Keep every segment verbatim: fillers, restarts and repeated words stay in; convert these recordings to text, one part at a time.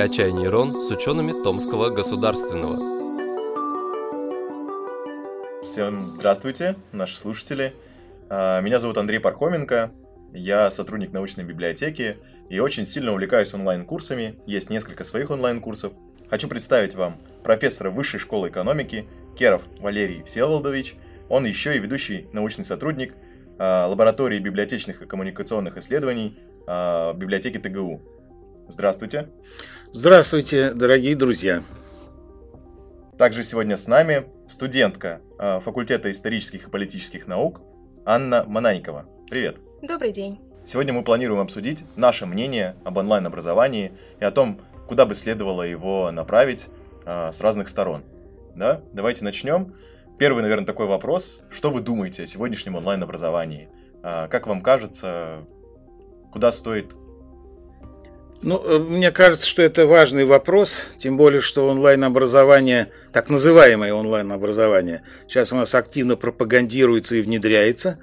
«Качай нейрон» с учеными Томского государственного. Всем здравствуйте, наши слушатели. Меня зовут Андрей Пархоменко, я сотрудник научной библиотеки и очень сильно увлекаюсь онлайн-курсами, есть несколько своих онлайн-курсов. Хочу представить вам профессора Высшей школы экономики Керов Валерий Всеволодович. Он еще и ведущий научный сотрудник лаборатории библиотечных и коммуникационных исследований библиотеки ТГУ. Здравствуйте. Здравствуйте, дорогие друзья. Также сегодня с нами студентка факультета исторических и политических наук Анна Мананькова. Привет. Добрый день. Сегодня мы планируем обсудить наше мнение об онлайн-образовании и о том, куда бы следовало его направить а, с разных сторон. Да? Давайте начнем. Первый, наверное, такой вопрос. Что вы думаете о сегодняшнем онлайн-образовании? А, как вам кажется, куда стоит... Ну, мне кажется, что это важный вопрос, тем более, что онлайн-образование, так называемое онлайн-образование, сейчас у нас активно пропагандируется и внедряется.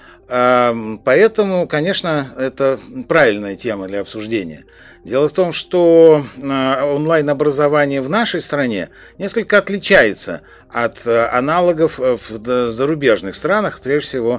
Поэтому, конечно, это правильная тема для обсуждения. Дело в том, что онлайн-образование в нашей стране несколько отличается от аналогов в зарубежных странах, прежде всего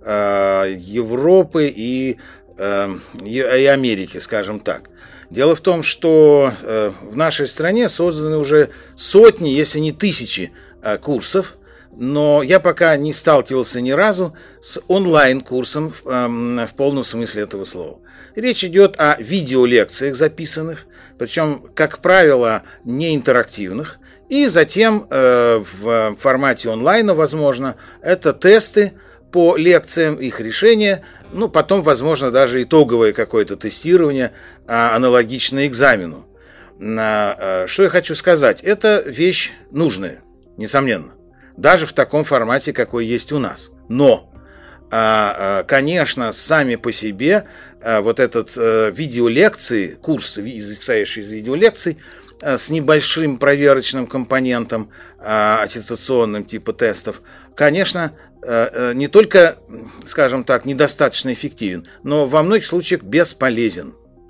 Европы и, и Америки, скажем так. Дело в том, что в нашей стране созданы уже сотни, если не тысячи курсов, но я пока не сталкивался ни разу с онлайн-курсом в, в полном смысле этого слова. Речь идет о видеолекциях записанных, причем, как правило, не интерактивных, и затем э, в формате онлайна, возможно, это тесты по лекциям, их решения, ну, потом, возможно, даже итоговое какое-то тестирование, аналогичное экзамену. Что я хочу сказать? Это вещь нужная, несомненно. Даже в таком формате, какой есть у нас. Но, конечно, сами по себе вот этот видеолекции, курс, состоящий из видеолекций, с небольшим проверочным компонентом, аттестационным типа тестов, конечно, не только, скажем так, недостаточно эффективен, но во многих случаях бесполезен.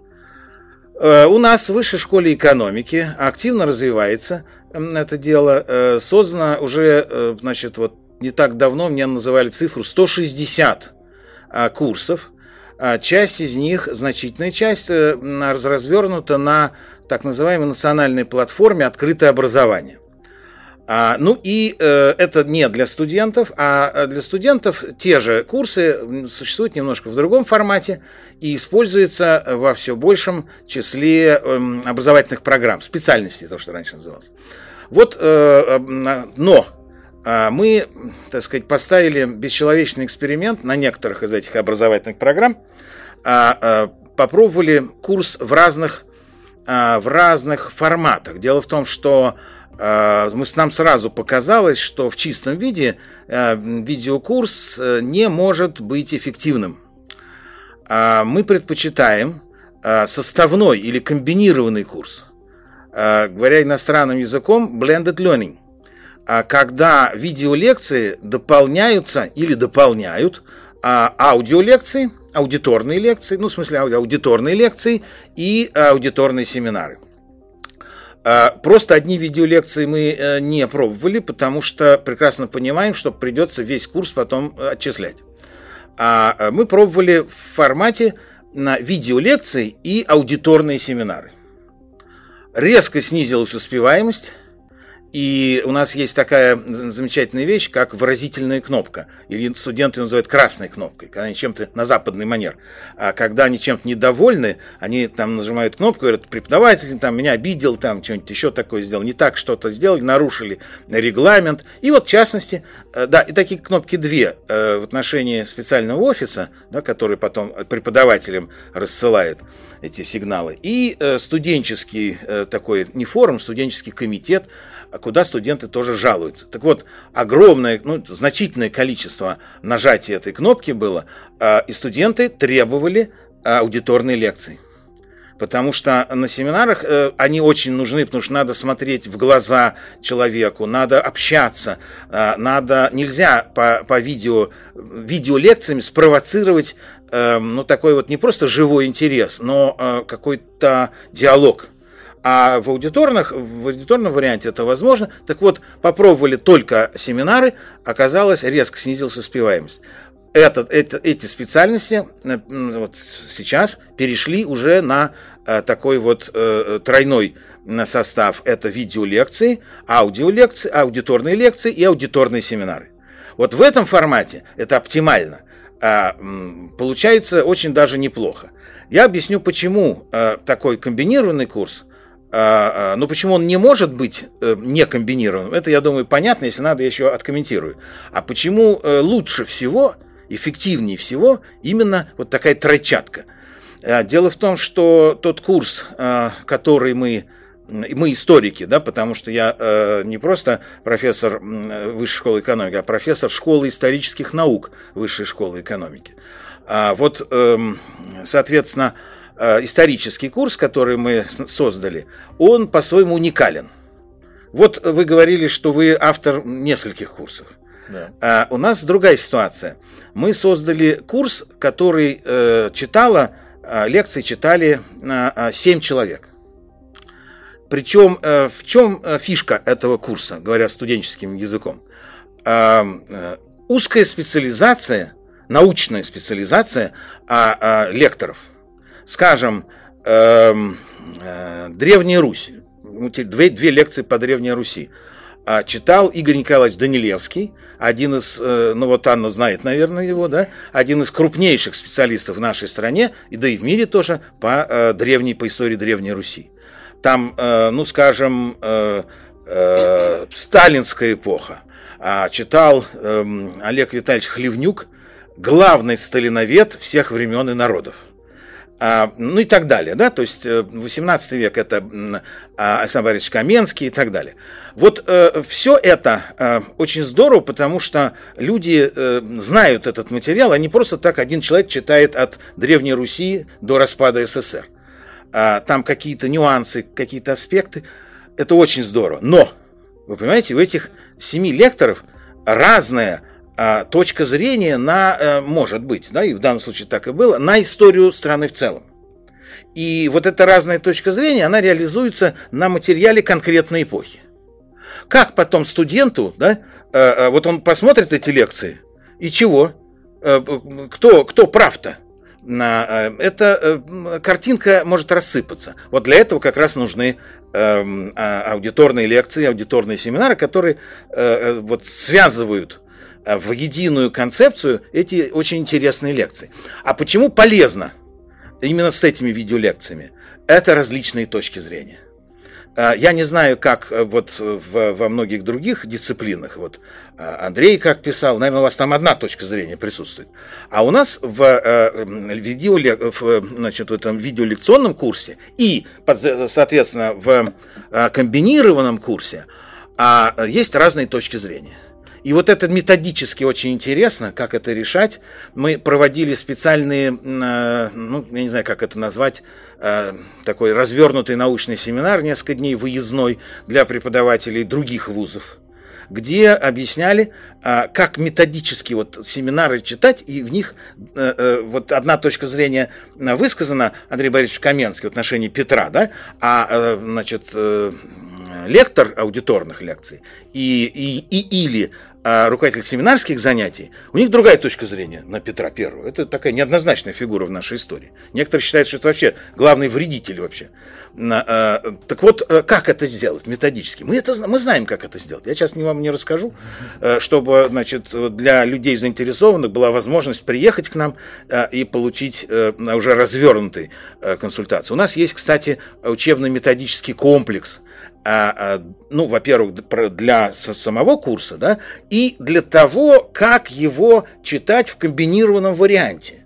У нас в Высшей школе экономики активно развивается это дело. Создано уже, значит, вот не так давно, мне называли цифру сто шестьдесят курсов. Часть из них, значительная часть, развернута на так называемой национальной платформе «Открытое образование». А, ну и э, это не для студентов, а для студентов те же курсы существуют немножко в другом формате и используются во все большем числе э, образовательных программ, специальностей, то, что раньше называлось. Вот, э, но э, мы, так сказать, поставили бесчеловечный эксперимент на некоторых из этих образовательных программ, э, э, попробовали курс в разных, э, в разных форматах. Дело в том, что Мы, нам сразу показалось, что в чистом виде видеокурс не может быть эффективным. Мы предпочитаем составной или комбинированный курс, говоря иностранным языком, blended learning, когда видеолекции дополняются или дополняют аудиолекции, аудиторные лекции, ну, в смысле аудиторные лекции и аудиторные семинары. Просто одни видеолекции мы не пробовали, потому что прекрасно понимаем, что придется весь курс потом отчислять. А мы пробовали в формате видеолекций и аудиторные семинары. Резко снизилась успеваемость, и у нас есть такая замечательная вещь, как выразительная кнопка, или студенты называют красной кнопкой, когда они чем-то на западный манер. А когда они чем-то недовольны, они там нажимают кнопку, говорят, преподаватель там, меня обидел, там что-нибудь еще такое сделал, не так что-то сделали, нарушили регламент. И вот в частности, да, и такие кнопки две в отношении специального офиса, да, который потом преподавателям рассылает эти сигналы, и студенческий такой, не форум, студенческий комитет, куда студенты тоже жалуются. Так вот, огромное, ну, значительное количество нажатий этой кнопки было, и студенты требовали аудиторной лекции. Потому что на семинарах они очень нужны, потому что надо смотреть в глаза человеку, надо общаться, надо, нельзя по, по видео, видеолекциями спровоцировать, ну, такой вот не просто живой интерес, но какой-то диалог. А в, аудиторных, в аудиторном варианте это возможно. Так вот, попробовали только семинары, оказалось, резко снизилась успеваемость. Этот, это, эти специальности вот сейчас перешли уже на э, такой вот э, тройной состав. Это видеолекции, аудиолекции, аудиторные лекции и аудиторные семинары. Вот в этом формате это оптимально. А, получается очень даже неплохо. Я объясню, почему а, такой комбинированный курс, а, а, ну почему он не может быть а, не комбинированным. Это, я думаю, понятно, если надо, я еще откомментирую. А почему а, лучше всего, эффективнее всего именно вот такая тройчатка. А, дело в том, что тот курс, а, который мы Мы историки, да, потому что я э, не просто профессор Высшей школы экономики, а профессор школы исторических наук Высшей школы экономики. А вот, э, соответственно, э, исторический курс, который мы создали, он по-своему уникален. Вот вы говорили, что вы автор нескольких курсов. Да. А у нас другая ситуация. Мы создали курс, который э, читало, э, лекции читали э, семь человек. Причем в чем фишка этого курса, говоря студенческим языком? Узкая специализация, научная специализация лекторов. Скажем, Древняя Русь. Две, две лекции по Древней Руси. Читал Игорь Николаевич Данилевский, один из, ну вот Анна знает, наверное, его, да, один из крупнейших специалистов в нашей стране, и да и в мире тоже, по древней, по истории Древней Руси. Там, ну, скажем, сталинская эпоха. Читал Олег Витальевич Хлевнюк, главный сталиновед всех времен и народов. Ну и так далее, да, то есть восемнадцатый век это Александр Борисович Каменский и так далее. Вот все это очень здорово, потому что люди знают этот материал, а не просто так один человек читает от Древней Руси до распада СССР. Там какие-то нюансы, какие-то аспекты. Это очень здорово. Но, вы понимаете, у этих семи лекторов разная а, точка зрения на, а, может быть, да, и в данном случае так и было, на историю страны в целом. И вот эта разная точка зрения, она реализуется на материале конкретной эпохи. Как потом студенту, да, а, а, вот он посмотрит эти лекции, и чего? А, кто, кто прав-то? Эта картинка может рассыпаться. Вот для этого как раз нужны аудиторные лекции, аудиторные семинары, которые вот связывают в единую концепцию эти очень интересные лекции. А почему полезно именно с этими видеолекциями? Это различные точки зрения. Я не знаю, как вот в, во многих других дисциплинах, вот Андрей как писал, наверное, у вас там одна точка зрения присутствует. А у нас в, видео, в, значит, в этом видеолекционном курсе и, соответственно, в комбинированном курсе есть разные точки зрения. И вот это методически очень интересно, как это решать. Мы проводили специальные, ну, я не знаю, как это назвать, такой развернутый научный семинар, несколько дней выездной для преподавателей других вузов, где объясняли, как методически вот семинары читать, и в них вот одна точка зрения высказана Андрей Борисович Каменский в отношении Петра, да, а, значит, лектор аудиторных лекций и, и, и, или а руководитель семинарских занятий, у них другая точка зрения на Петра Первого. Это такая неоднозначная фигура в нашей истории. Некоторые считают, что это вообще главный вредитель вообще. Так вот, как это сделать методически? Мы, это, мы знаем, как это сделать. Я сейчас вам не расскажу, чтобы, значит, для людей заинтересованных была возможность приехать к нам и получить уже развернутую консультацию. У нас есть, кстати, учебно-методический комплекс. Ну, во-первых, для самого курса, да, и для того, как его читать в комбинированном варианте.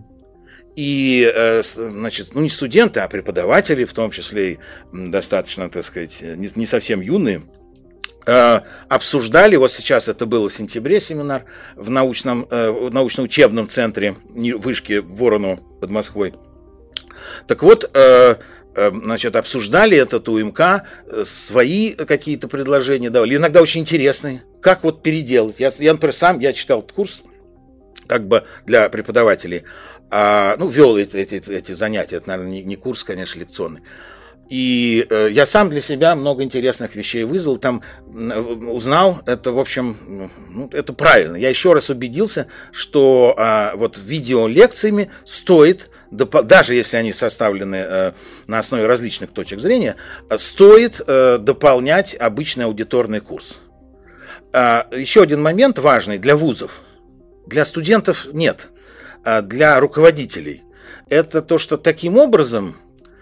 И, значит, ну, не студенты, а преподаватели, в том числе и достаточно, так сказать, не совсем юные, обсуждали, вот сейчас это было в сентябре семинар в научном, в научно-учебном центре вышки Воронова под Москвой. Так вот, значит, обсуждали этот УМК, свои какие-то предложения давали, иногда очень интересные, как вот переделать. Я, я например, сам, я читал этот курс, как бы для преподавателей, а, ну, вел эти, эти, эти занятия, это, наверное, не, не курс, конечно, лекционный. И э, я сам для себя много интересных вещей вызвал, там э, узнал, это, в общем, ну, это правильно. Я еще раз убедился, что э, вот видеолекциями стоит, даже если они составлены э, на основе различных точек зрения, стоит э, дополнять обычный аудиторный курс. Э, еще один момент важный для вузов. Для студентов нет, а для руководителей. Это то, что таким образом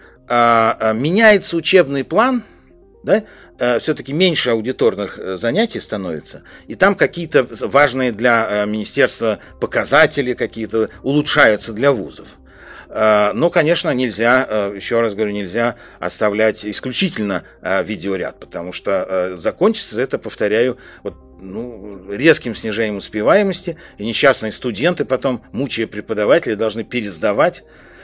меняется учебный план, да, все-таки меньше аудиторных занятий становится, и там какие-то важные для министерства показатели какие-то улучшаются для вузов. Но, конечно, нельзя, еще раз говорю, нельзя оставлять исключительно видеоряд, потому что закончится это, повторяю, вот, ну, резким снижением успеваемости, и несчастные студенты потом, мучая преподавателей, должны пересдавать.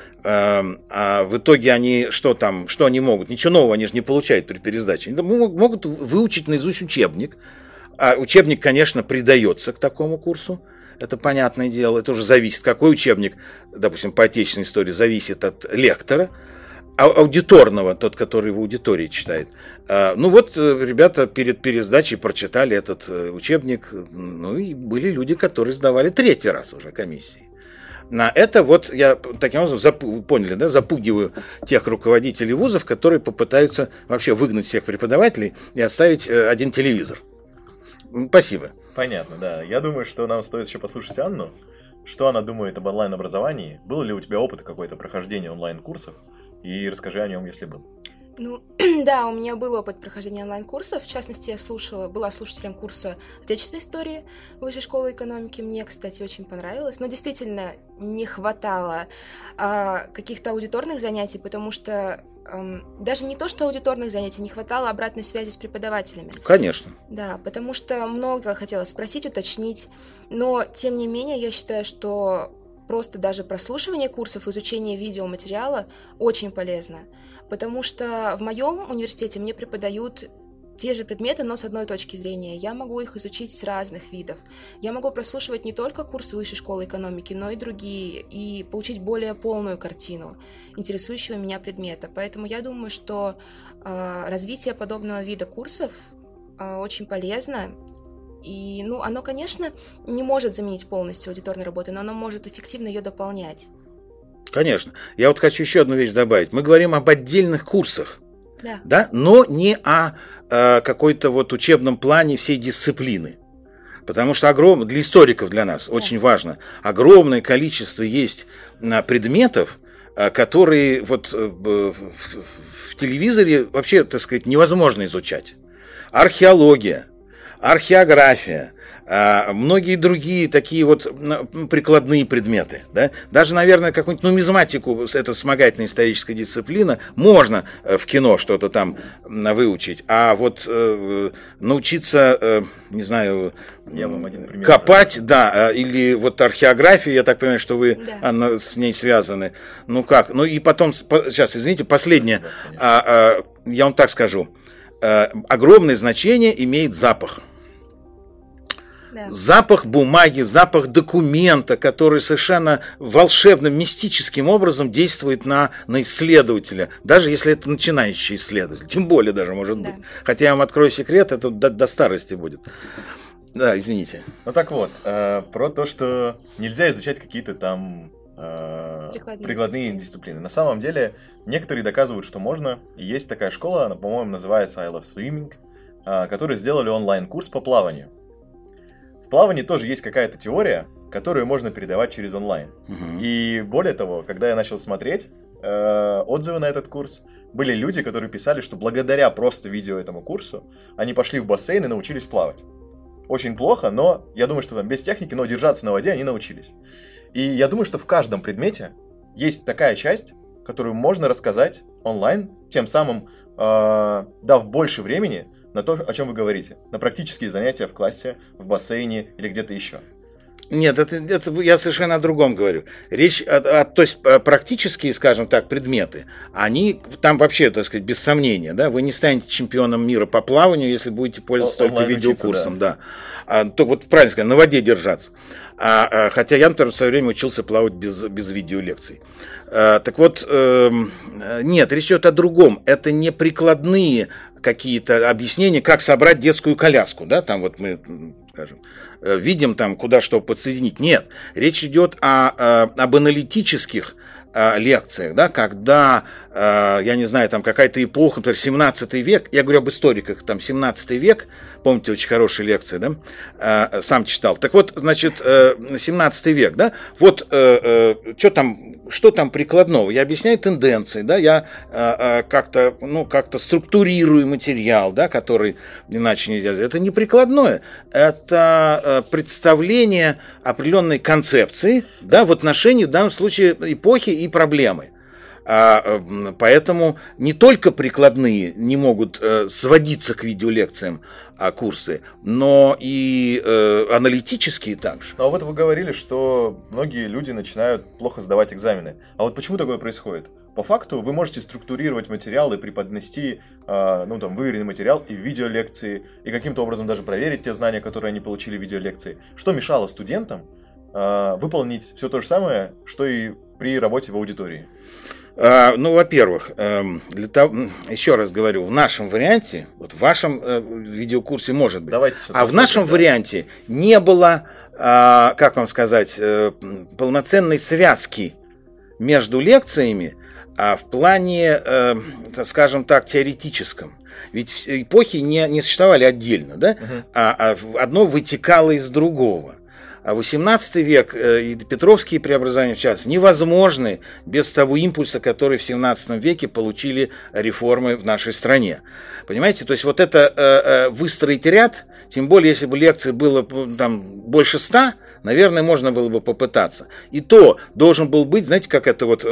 А в итоге они что там, что они могут? Ничего нового они же не получают при пересдаче. Они могут выучить наизусть учебник. А учебник, конечно, придается к такому курсу. Это понятное дело. Это уже зависит, какой учебник, допустим, по отечественной истории, зависит от лектора, а аудиторного, тот, который в аудитории читает. Ну вот, ребята перед пересдачей прочитали этот учебник. Ну и были люди, которые сдавали третий раз уже комиссии. На это вот я таким образом, запу- поняли, да, запугиваю тех руководителей вузов, которые попытаются вообще выгнать всех преподавателей и оставить э, один телевизор. Спасибо. Понятно, да. Я думаю, что нам стоит еще послушать Анну. Что она думает об онлайн-образовании? Был ли у тебя опыт какой-то прохождения онлайн-курсов? И расскажи о нем, если был. Ну, да, у меня был опыт прохождения онлайн-курсов. В частности, я слушала, была слушателем курса отечественной истории Высшей школы экономики. Мне, кстати, очень понравилось. Но действительно не хватало а, каких-то аудиторных занятий, потому что а, даже не то, что аудиторных занятий, не хватало обратной связи с преподавателями. Конечно. Да, потому что много хотелось спросить, уточнить. Но, тем не менее, я считаю, что просто даже прослушивание курсов, изучение видеоматериала очень полезно. Потому что в моем университете мне преподают те же предметы, но с одной точки зрения. Я могу их изучить с разных видов. Я могу прослушивать не только курсы Высшей школы экономики, но и другие, и получить более полную картину интересующего меня предмета. Поэтому я думаю, что э, развитие подобного вида курсов э, очень полезно. И, ну, оно, конечно, не может заменить полностью аудиторной работы, но оно может эффективно ее дополнять. Конечно. Я вот хочу еще одну вещь добавить. Мы говорим об отдельных курсах, да. Да? Но не о э, какой-то вот учебном плане всей дисциплины. Потому что огром... для историков, для нас да. очень важно, огромное количество есть предметов, которые вот в, в телевизоре вообще, так сказать, невозможно изучать. Археология, археография, многие другие такие вот прикладные предметы. Да? Даже, наверное, какую-нибудь нумизматику, это вспомогательная историческая дисциплина, можно в кино что-то там выучить. А вот э, научиться, э, не знаю, я вам один пример копать, приведу. Да, или вот археография, я так понимаю, что вы да. Анна, с ней связаны. Ну как? Ну и потом, сейчас, извините, последнее. Да, а, а, я вам так скажу. А, огромное значение имеет запах. Да. Запах бумаги, запах документа, который совершенно волшебным, мистическим образом действует на, на исследователя, даже если это начинающий исследователь, тем более даже может да. быть. Хотя я вам открою секрет, это до, до старости будет. Да, извините. Ну так вот, э, про то, что нельзя изучать какие-то там э, прикладные, прикладные дисциплины. дисциплины. На самом деле, некоторые доказывают, что можно. И есть такая школа, она, по-моему, называется I Love Swimming, э, которые сделали онлайн-курс по плаванию. В плавании тоже есть какая-то теория, которую можно передавать через онлайн. Угу. И более того, когда я начал смотреть э, отзывы на этот курс, были люди, которые писали, что благодаря просто видео этому курсу они пошли в бассейн и научились плавать. Очень плохо, но я думаю, что там без техники, но держаться на воде они научились. И я думаю, что в каждом предмете есть такая часть, которую можно рассказать онлайн, тем самым э, дав больше времени на то, о чем вы говорите, на практические занятия в классе, в бассейне или где-то еще. Нет, это, это я совершенно о другом говорю. Речь, о, о, то есть практические, скажем так, предметы, они там вообще, так сказать, без сомнения, да, вы не станете чемпионом мира по плаванию, если будете пользоваться только видеокурсом, да. да. А, то вот правильно сказать, на воде держаться. А, а, хотя я, например, в свое время учился плавать без, без видеолекций. А, так вот, э, нет, речь идет о другом. Это не прикладные какие-то объяснения, как собрать детскую коляску, да, там вот мы, скажем, видим там, куда что подсоединить. Нет, речь идет о, о, об аналитических лекциях, да, когда, я не знаю, там какая-то эпоха, например, семнадцатый век, я говорю об историках, там семнадцатый век, помните, очень хорошие лекции, да, сам читал. Так вот, значит, семнадцатый век, да, вот что там, что там прикладного? Я объясняю тенденции, да, я как-то, ну, как-то структурирую материал, да, который иначе нельзя сделать. Это не прикладное, это представление определенной концепции, да, в отношении, в данном случае, эпохи и проблемы. А, поэтому не только прикладные не могут э, сводиться к видеолекциям, а курсы, но и э, аналитические также. Ну, а вот вы говорили, что многие люди начинают плохо сдавать экзамены. А вот почему такое происходит? По факту вы можете структурировать материал и преподнести, э, ну, там, выверенный материал и в видеолекции, и каким-то образом даже проверить те знания, которые они получили в видеолекции. Что мешало студентам э, выполнить все то же самое, что и при работе в аудитории? А, ну, во-первых, э, для того, еще раз говорю, в нашем варианте, вот в вашем э, видеокурсе может быть, Давайте а в нашем да. варианте не было, э, как вам сказать, э, полноценной связки между лекциями а в плане, э, скажем так, теоретическом. Ведь эпохи не, не существовали отдельно, да? Uh-huh. а, а одно вытекало из другого. А восемнадцатый век и Петровские преобразования, в частности, невозможны без того импульса, который в семнадцатом веке получили реформы в нашей стране. Понимаете? То есть вот это э, выстроить ряд, тем более, если бы лекций было там больше ста, наверное, можно было бы попытаться. И то должен был быть, знаете, как это вот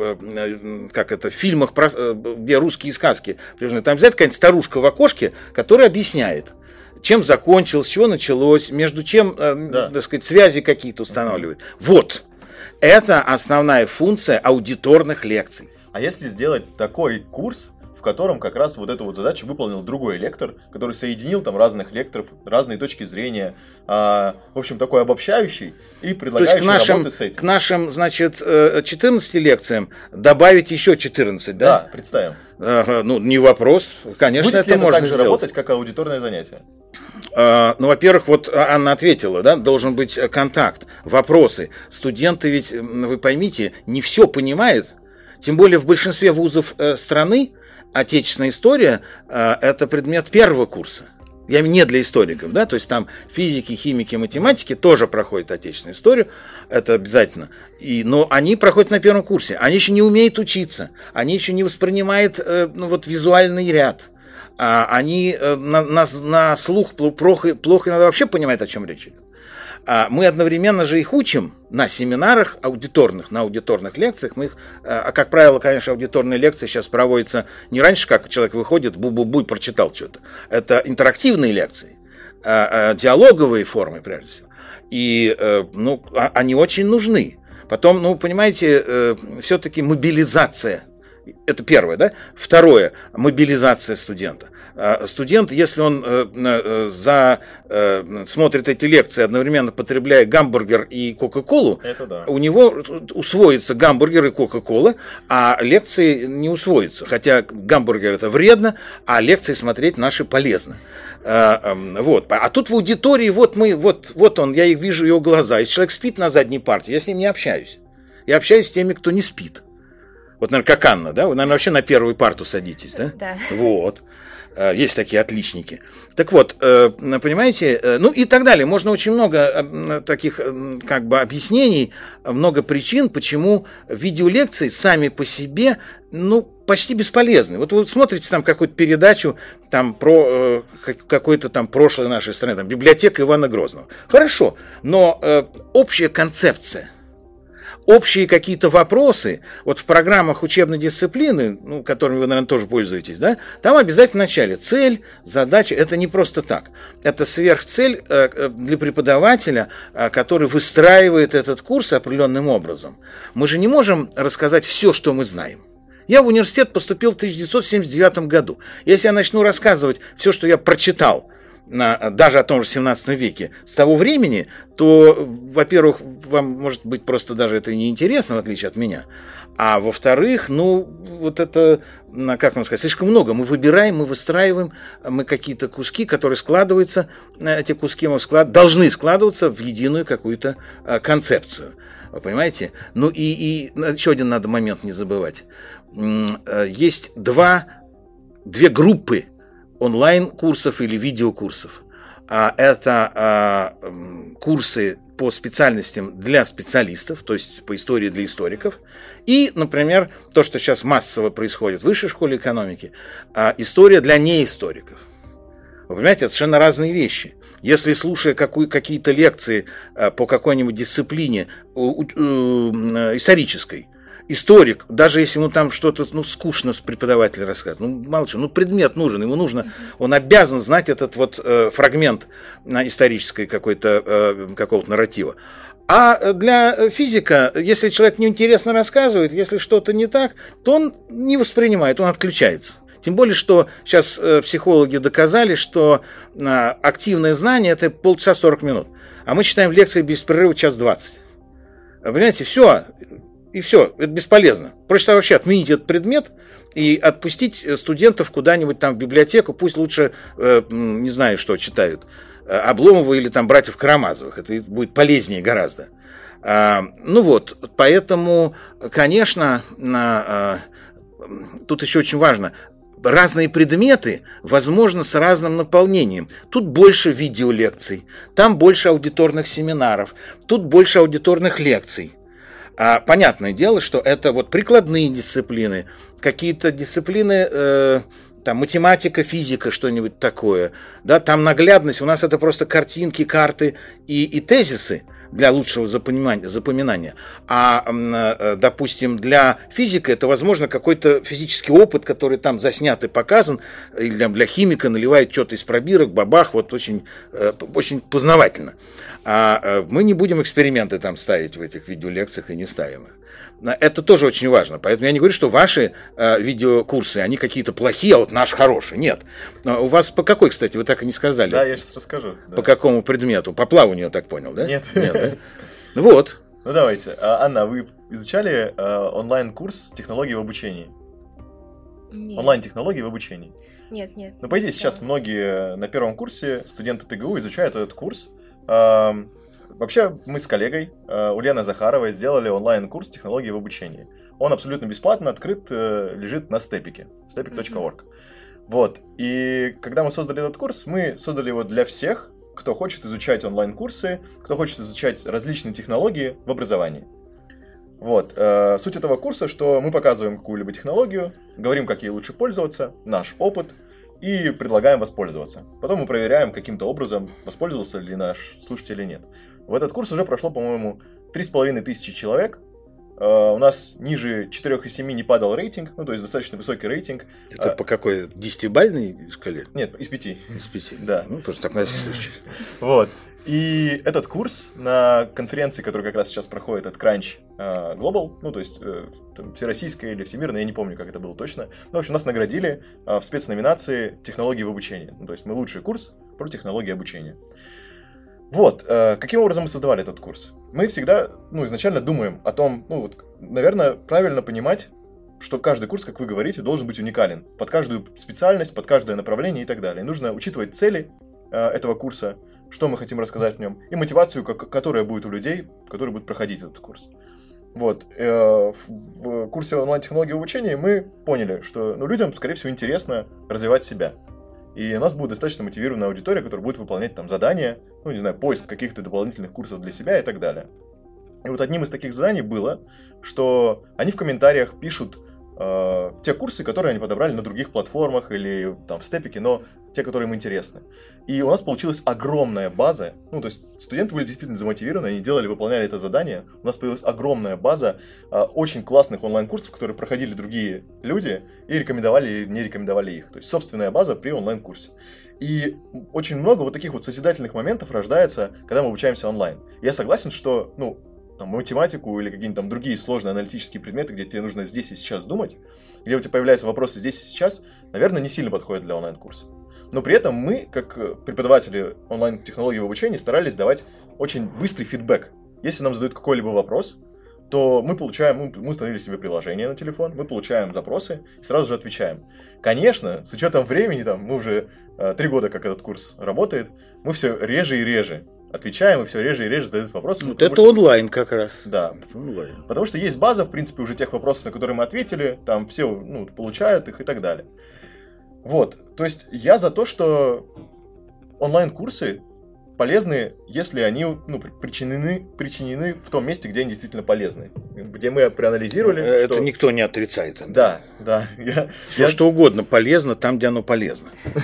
как это в фильмах, где русские сказки, там взять какая-нибудь старушка в окошке, которая объясняет, чем закончилось, с чего началось, между чем, да. так сказать, связи какие-то устанавливает. Вот. Это основная функция аудиторных лекций. А если сделать такой курс, в котором как раз вот эту вот задачу выполнил другой лектор, который соединил там разных лекторов, разные точки зрения, а, в общем, такой обобщающий и предлагающий работу с этим. К нашим, значит, четырнадцати лекциям добавить еще четырнадцать, да? Да, представим. Ага, ну, не вопрос. Конечно, Будет это ли это можно так же сделать. работать, как аудиторное занятие? Uh, ну, во-первых, вот Анна ответила, да, должен быть контакт, вопросы. Студенты ведь, вы поймите, не все понимают, тем более в большинстве вузов э, страны отечественная история э, это предмет первого курса. Я не для историков, да, то есть там физики, химики, математики тоже проходят отечественную историю, это обязательно. И, но они проходят на первом курсе, они еще не умеют учиться, они еще не воспринимают э, ну, вот, визуальный ряд. Они на, на, на слух плохо, плохо иногда вообще понимают, о чем речь идет. Мы одновременно же их учим на семинарах аудиторных, на аудиторных лекциях. Мы их, а как правило, конечно, аудиторные лекции сейчас проводятся не раньше, как человек выходит, бу-бу-бу и прочитал что-то. Это интерактивные лекции, диалоговые формы, прежде всего. И ну, они очень нужны. Потом, ну, понимаете, все-таки мобилизация. Это первое, да? Второе, мобилизация студента. Студент, если он за, смотрит эти лекции, одновременно потребляя гамбургер и кока-колу, да. у него усвоится гамбургер и кока-кола, а лекции не усвоятся. Хотя гамбургер это вредно, а лекции смотреть наши полезно. Вот. А тут в аудитории, вот мы, вот, вот он, я их вижу, его глаза. Если человек спит на задней парте, я с ним не общаюсь. Я общаюсь с теми, кто не спит. Вот, наверное, как Анна, да? Вы, наверное, вообще на первую парту садитесь, да? Да. Вот. Есть такие отличники. Так вот, понимаете, ну и так далее. Можно очень много таких как бы объяснений, много причин, почему видеолекции сами по себе, ну, почти бесполезны. Вот вы смотрите там какую-то передачу там про э, какое-то там прошлое нашей страны, там библиотека Ивана Грозного. Хорошо, но э, общая концепция, общие какие-то вопросы, вот в программах учебной дисциплины, ну, которыми вы, наверное, тоже пользуетесь, да, там обязательно в начале цель, задача, это не просто так. Это сверхцель для преподавателя, который выстраивает этот курс определенным образом. Мы же не можем рассказать все, что мы знаем. Я в университет поступил в тысяча девятьсот семьдесят девятом году. Если я начну рассказывать все, что я прочитал, на, даже о том же семнадцатом веке, с того времени, то, во-первых, вам, может быть, просто даже это неинтересно, в отличие от меня, а во-вторых, ну, вот это, как вам сказать, слишком много. Мы выбираем, мы выстраиваем, мы какие-то куски, которые складываются, эти куски мы склад... должны складываться в единую какую-то концепцию. Вы понимаете? Ну и, и еще один надо момент не забывать. Есть два, две группы онлайн-курсов или видеокурсов. Это курсы по специальностям для специалистов, то есть по истории для историков. И, например, то, что сейчас массово происходит в высшей школе экономики, история для неисториков. Вы понимаете, это совершенно разные вещи. Если, слушая какую, какие-то лекции по какой-нибудь дисциплине исторической, историк, даже если ему там что-то ну, скучно с преподавателем рассказывает, ну, мало чего, ну, предмет нужен, ему нужно, он обязан знать этот вот э, фрагмент исторической какой-то, э, какого-то нарратива. А для физика, если человек неинтересно рассказывает, если что-то не так, то он не воспринимает, он отключается. Тем более, что сейчас э, психологи доказали, что э, активное знание – это полчаса сорок минут. А мы читаем лекции без перерыва час двадцать. Понимаете, все, и все, это бесполезно. Проще вообще отменить этот предмет и отпустить студентов куда-нибудь там в библиотеку, пусть лучше, э, не знаю, что читают, Обломова или там братьев Карамазовых. Это будет полезнее гораздо. А, ну вот, поэтому, конечно, на, а, тут еще очень важно – разные предметы, возможно, с разным наполнением. Тут больше видеолекций, там больше аудиторных семинаров, тут больше аудиторных лекций. А понятное дело, что это вот прикладные дисциплины, какие-то дисциплины, э, там, математика, физика, что-нибудь такое. Да, там наглядность, у нас это просто картинки, карты и, и тезисы для лучшего запоминания, запоминания. А, допустим, для физика это, возможно, какой-то физический опыт, который там заснят и показан, или для, для химика наливает что-то из пробирок, бабах, вот очень, очень познавательно. А мы не будем эксперименты там ставить в этих видеолекциях и не ставим их. Это тоже очень важно. Поэтому я не говорю, что ваши э, видеокурсы, они какие-то плохие, а вот наш хороший. Нет. У вас по какой, кстати, вы так и не сказали? Да, я сейчас расскажу. По да. какому предмету? По плаванию, я так понял, да? Нет. Нет, да? Вот. Ну давайте. Анна, вы изучали э, онлайн-курс технологий в обучении? Нет. Онлайн-технологии в обучении? Нет, нет. Ну, по идее, сейчас многие на первом курсе студенты ТГУ изучают этот курс. Э, Вообще, мы с коллегой э, Ульяной Захаровой сделали онлайн-курс технологий в обучении. Он абсолютно бесплатно, открыт, э, лежит на степике, степик точка орг. Mm-hmm. Вот, и когда мы создали этот курс, мы создали его для всех, кто хочет изучать онлайн-курсы, кто хочет изучать различные технологии в образовании. Вот, э, суть этого курса, что мы показываем какую-либо технологию, говорим, как ей лучше пользоваться, наш опыт, и предлагаем воспользоваться. Потом мы проверяем, каким-то образом, воспользовался ли наш слушатель или нет. В этот курс уже прошло, по-моему, три с половиной тысячи человек. Uh, у нас ниже четыре и семь не падал рейтинг, ну, то есть достаточно высокий рейтинг. Это uh, по какой? десятибалльной шкале? Нет, из пяти. Из пяти. Да. Ну, просто так на всякий случай. Вот. И этот курс на конференции, которая как раз сейчас проходит от Crunch uh, Global, ну, то есть uh, там, всероссийская или всемирная, я не помню, как это было точно. Но, в общем, нас наградили uh, в спецноминации «Технологии в обучении». Ну, то есть мы лучший курс про технологии обучения. Вот, э, каким образом мы создавали этот курс? Мы всегда, ну, изначально думаем о том, ну, вот, наверное, правильно понимать, что каждый курс, как вы говорите, должен быть уникален. Под каждую специальность, под каждое направление и так далее. Нужно учитывать цели э, этого курса, что мы хотим рассказать в нем, и мотивацию, как, которая будет у людей, которые будут проходить этот курс. Вот, э, в, в курсе онлайн-технологии обучения мы поняли, что ну, людям, скорее всего, интересно развивать себя. И у нас будет достаточно мотивированная аудитория, которая будет выполнять там задания, ну, не знаю, поиск каких-то дополнительных курсов для себя и так далее. И вот одним из таких заданий было, что они в комментариях пишут э, те курсы, которые они подобрали на других платформах или там в степике, но те, которые им интересны. И у нас получилась огромная база, ну, то есть студенты были действительно замотивированы, они делали, выполняли это задание, у нас появилась огромная база э, очень классных онлайн-курсов, которые проходили другие люди и рекомендовали или не рекомендовали их. То есть собственная база при онлайн-курсе. И очень много вот таких вот созидательных моментов рождается, когда мы обучаемся онлайн. Я согласен, что, ну, там, математику или какие-нибудь там другие сложные аналитические предметы, где тебе нужно здесь и сейчас думать, где у тебя появляются вопросы здесь и сейчас, наверное, не сильно подходят для онлайн-курса. Но при этом мы, как преподаватели онлайн-технологий в обучении, старались давать очень быстрый фидбэк. Если нам задают какой-либо вопрос, то мы получаем, мы, мы установили себе приложение на телефон, мы получаем запросы и сразу же отвечаем. Конечно, с учетом времени, там, мы уже э, три года, как этот курс работает, мы все реже и реже отвечаем, и все реже и реже задают вопросы. Вот это что... онлайн как раз. Да. Онлайн. Потому что есть база, в принципе, уже тех вопросов, на которые мы ответили, там все ну, получают их и так далее. Вот, то есть я за то, что онлайн-курсы полезны, если они ну, причинены, причинены в том месте, где они действительно полезны. Где мы проанализировали, это что... никто не отрицает. Да, да. Я, Все я... что угодно полезно там, где оно полезно.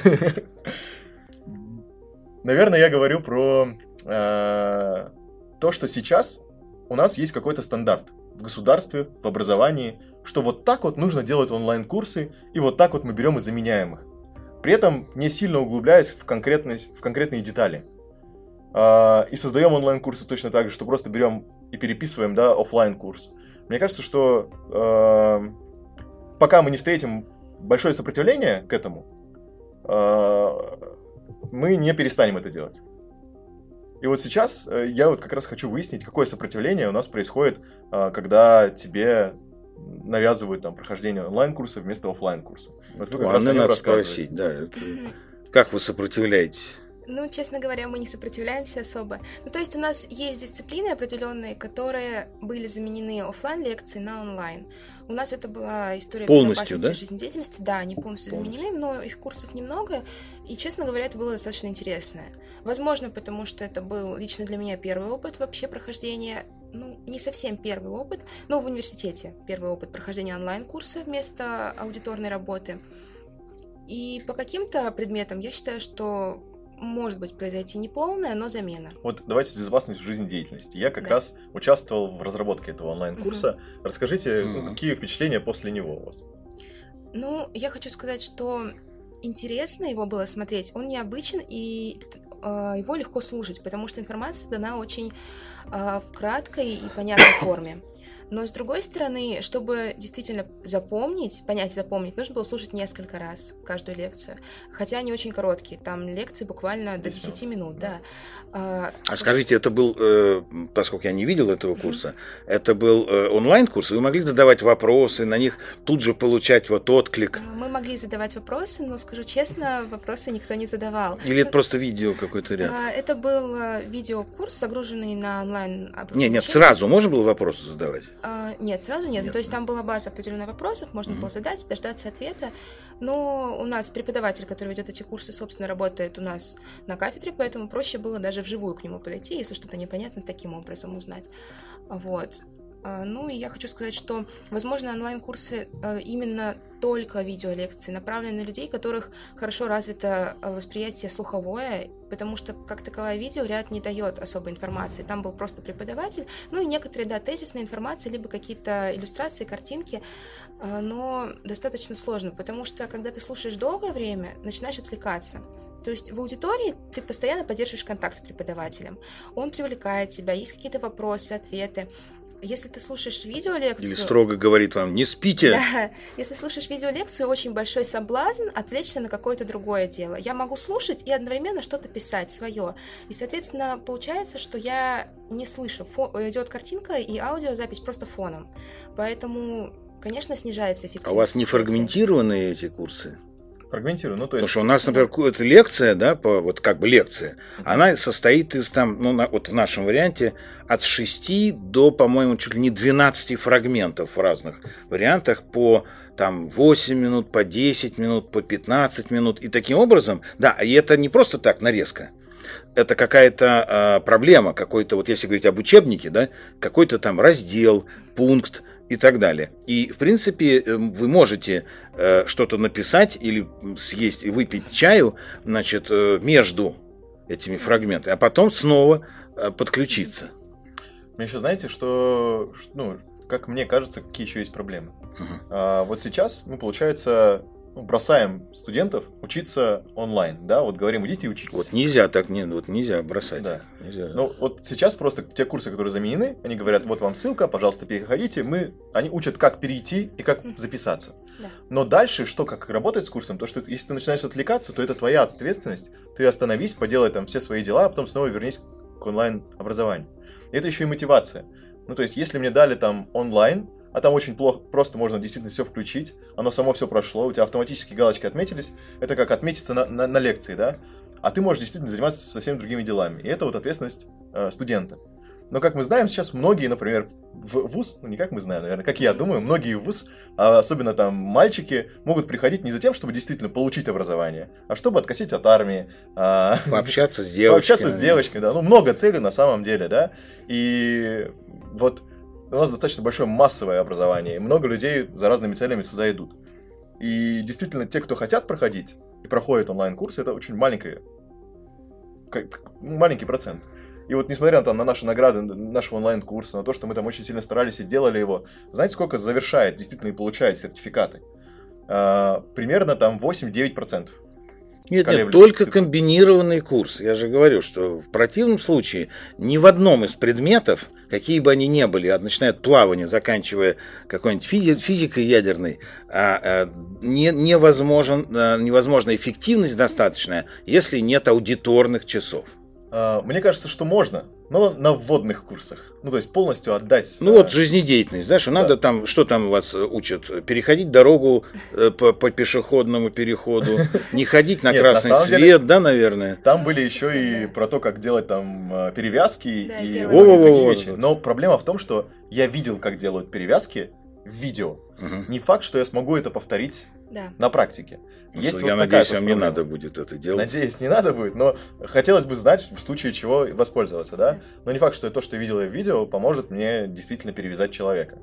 Наверное, я говорю про э, то, что сейчас у нас есть какой-то стандарт в государстве, в образовании, что вот так вот нужно делать онлайн-курсы, и вот так вот мы берем и заменяем их. При этом не сильно углубляясь в, в конкретные детали. И создаем онлайн-курсы точно так же, что просто берем и переписываем, да, офлайн-курс. Мне кажется, что э, пока мы не встретим большое сопротивление к этому, э, мы не перестанем это делать. И вот сейчас э, я вот как раз хочу выяснить, какое сопротивление у нас происходит, э, когда тебе навязывают там прохождение онлайн-курса вместо офлайн-курса. Вот ну, а мне надо спросить, да, это... как вы сопротивляетесь? Ну, честно говоря, мы не сопротивляемся особо. Ну, то есть у нас есть дисциплины определенные, которые были заменены офлайн лекции на онлайн. У нас это была история полностью, безопасности да? жизнедеятельности. Да, они полностью, полностью заменены, но их курсов немного. И, честно говоря, это было достаточно интересно. Возможно, потому что это был лично для меня первый опыт вообще прохождения. Ну, не совсем первый опыт, но в университете первый опыт прохождения онлайн-курса вместо аудиторной работы. И по каким-то предметам я считаю, что может быть произойти не полная, но замена. Вот давайте с безопасностью жизнедеятельности. Я как да. раз участвовал в разработке этого онлайн-курса. Угу. Расскажите, угу. ну, какие впечатления после него у вас? Ну, я хочу сказать, что интересно его было смотреть. Он необычен, и э, его легко слушать, потому что информация дана очень э, в краткой и понятной форме. Но, с другой стороны, чтобы действительно запомнить, понять и запомнить, нужно было слушать несколько раз каждую лекцию. Хотя они очень короткие, там лекции буквально до десяти минут, да. А, а скажите, это был, э, поскольку я не видел этого курса, mm-hmm. это был э, онлайн-курс? Вы могли задавать вопросы, на них тут же получать вот отклик? Мы могли задавать вопросы, но, скажу честно, вопросы никто не задавал. Или это просто видео какой-то ряд? Это был видеокурс, загруженный на онлайн. Нет, нет, сразу можно было вопросы задавать? Uh, нет, сразу нет. нет. То есть там была база определенных вопросов, можно mm-hmm. было задать, дождаться ответа. Но у нас преподаватель, который ведет эти курсы, собственно, работает у нас на кафедре, поэтому проще было даже вживую к нему подойти, если что-то непонятно, таким образом узнать. Вот. Ну и я хочу сказать, что, возможно, онлайн-курсы именно только видеолекции направлены на людей, у которых хорошо развито восприятие слуховое, потому что как таковая видеоряд не дает особой информации. Там был просто преподаватель, ну и некоторые, да, тезисные информации, либо какие-то иллюстрации, картинки, но достаточно сложно, потому что, когда ты слушаешь долгое время, начинаешь отвлекаться. То есть в аудитории ты постоянно поддерживаешь контакт с преподавателем, он привлекает тебя, есть какие-то вопросы, ответы. Если ты слушаешь видеолекцию... Или строго говорит вам, не спите. Да, если слушаешь видеолекцию, очень большой соблазн отвлечься на какое-то другое дело. Я могу слушать и одновременно что-то писать свое. И, соответственно, получается, что я не слышу. Фо... Идет картинка и аудиозапись просто фоном. Поэтому, конечно, снижается эффективность. А у вас не фрагментированные эти курсы? Фрагментирую, ну то есть... Потому что у нас, например, какая-то лекция, да, по, вот как бы лекция, mm-hmm. она состоит из там, ну, на, вот в нашем варианте, от шести до, по-моему, чуть ли не двенадцати фрагментов в разных вариантах по там восемь минут, по десять минут, по пятнадцать минут. И таким образом, да, и это не просто так нарезка. Это какая-то э, проблема, какой-то, вот если говорить об учебнике, да, какой-то там раздел, пункт, и так далее. И, в принципе, вы можете э, что-то написать или съесть и выпить чаю, значит, э, между этими фрагментами, а потом снова э, подключиться. Мне еще, знаете, что, ну, как мне кажется, какие еще есть проблемы. Uh-huh. А, вот сейчас мы, получается, ну, бросаем студентов учиться онлайн, да, вот говорим, идите и учитесь. Вот нельзя так, не, вот нельзя бросать. Да. Нельзя. Ну, вот сейчас просто те курсы, которые заменены, они говорят, вот вам ссылка, пожалуйста, переходите, мы, они учат, как перейти и как записаться. Да. Но дальше, что, как работать с курсом, то, что если ты начинаешь отвлекаться, то это твоя ответственность, ты остановись, поделай там все свои дела, а потом снова вернись к онлайн-образованию. И это еще и мотивация. Ну, то есть, если мне дали там онлайн, а там очень плохо, просто можно действительно все включить, оно само все прошло, у тебя автоматически галочки отметились, это как отметиться на, на, на лекции, да, а ты можешь действительно заниматься совсем другими делами, и это вот ответственность э, студента. Но, как мы знаем, сейчас многие, например, в вуз, ну не как мы знаем, наверное, как я думаю, многие в вуз, а особенно там мальчики, могут приходить не за тем, чтобы действительно получить образование, а чтобы откосить от армии. А... Пообщаться с девочками. Пообщаться с девочками, да, ну много целей на самом деле, да, и вот... У нас достаточно большое массовое образование, и много людей за разными целями сюда идут. И действительно, те, кто хотят проходить и проходят онлайн-курсы, это очень маленький, маленький процент. И вот несмотря там, на наши награды нашего онлайн-курса, на то, что мы там очень сильно старались и делали его, знаете, сколько завершает действительно и получает сертификаты? А, примерно там восемь-девять процентов. Нет, нет, только комбинированный курс. Я же говорю, что в противном случае ни в одном из предметов, какие бы они ни были, от начиная от плавания, заканчивая какой-нибудь физи- физикой ядерной, а, а, не, невозможен, а, невозможна эффективность достаточная, если нет аудиторных часов. А, мне кажется, что можно, но на вводных курсах. Ну, то есть полностью отдать. Ну, а... вот жизнедеятельность, знаешь, надо да. там, что там вас учат? Переходить дорогу э, по, по пешеходному переходу, не ходить на красный свет, да, наверное? Там были еще и про то, как делать там перевязки и вещи. Но проблема в том, что я видел, как делают перевязки в видео. Не факт, что я смогу это повторить на практике. Есть я вот надеюсь, вам не надо будет это делать. Надеюсь, не надо будет, но хотелось бы знать, в случае чего воспользоваться, да? Но не факт, что то, что я видел в видео, поможет мне действительно перевязать человека.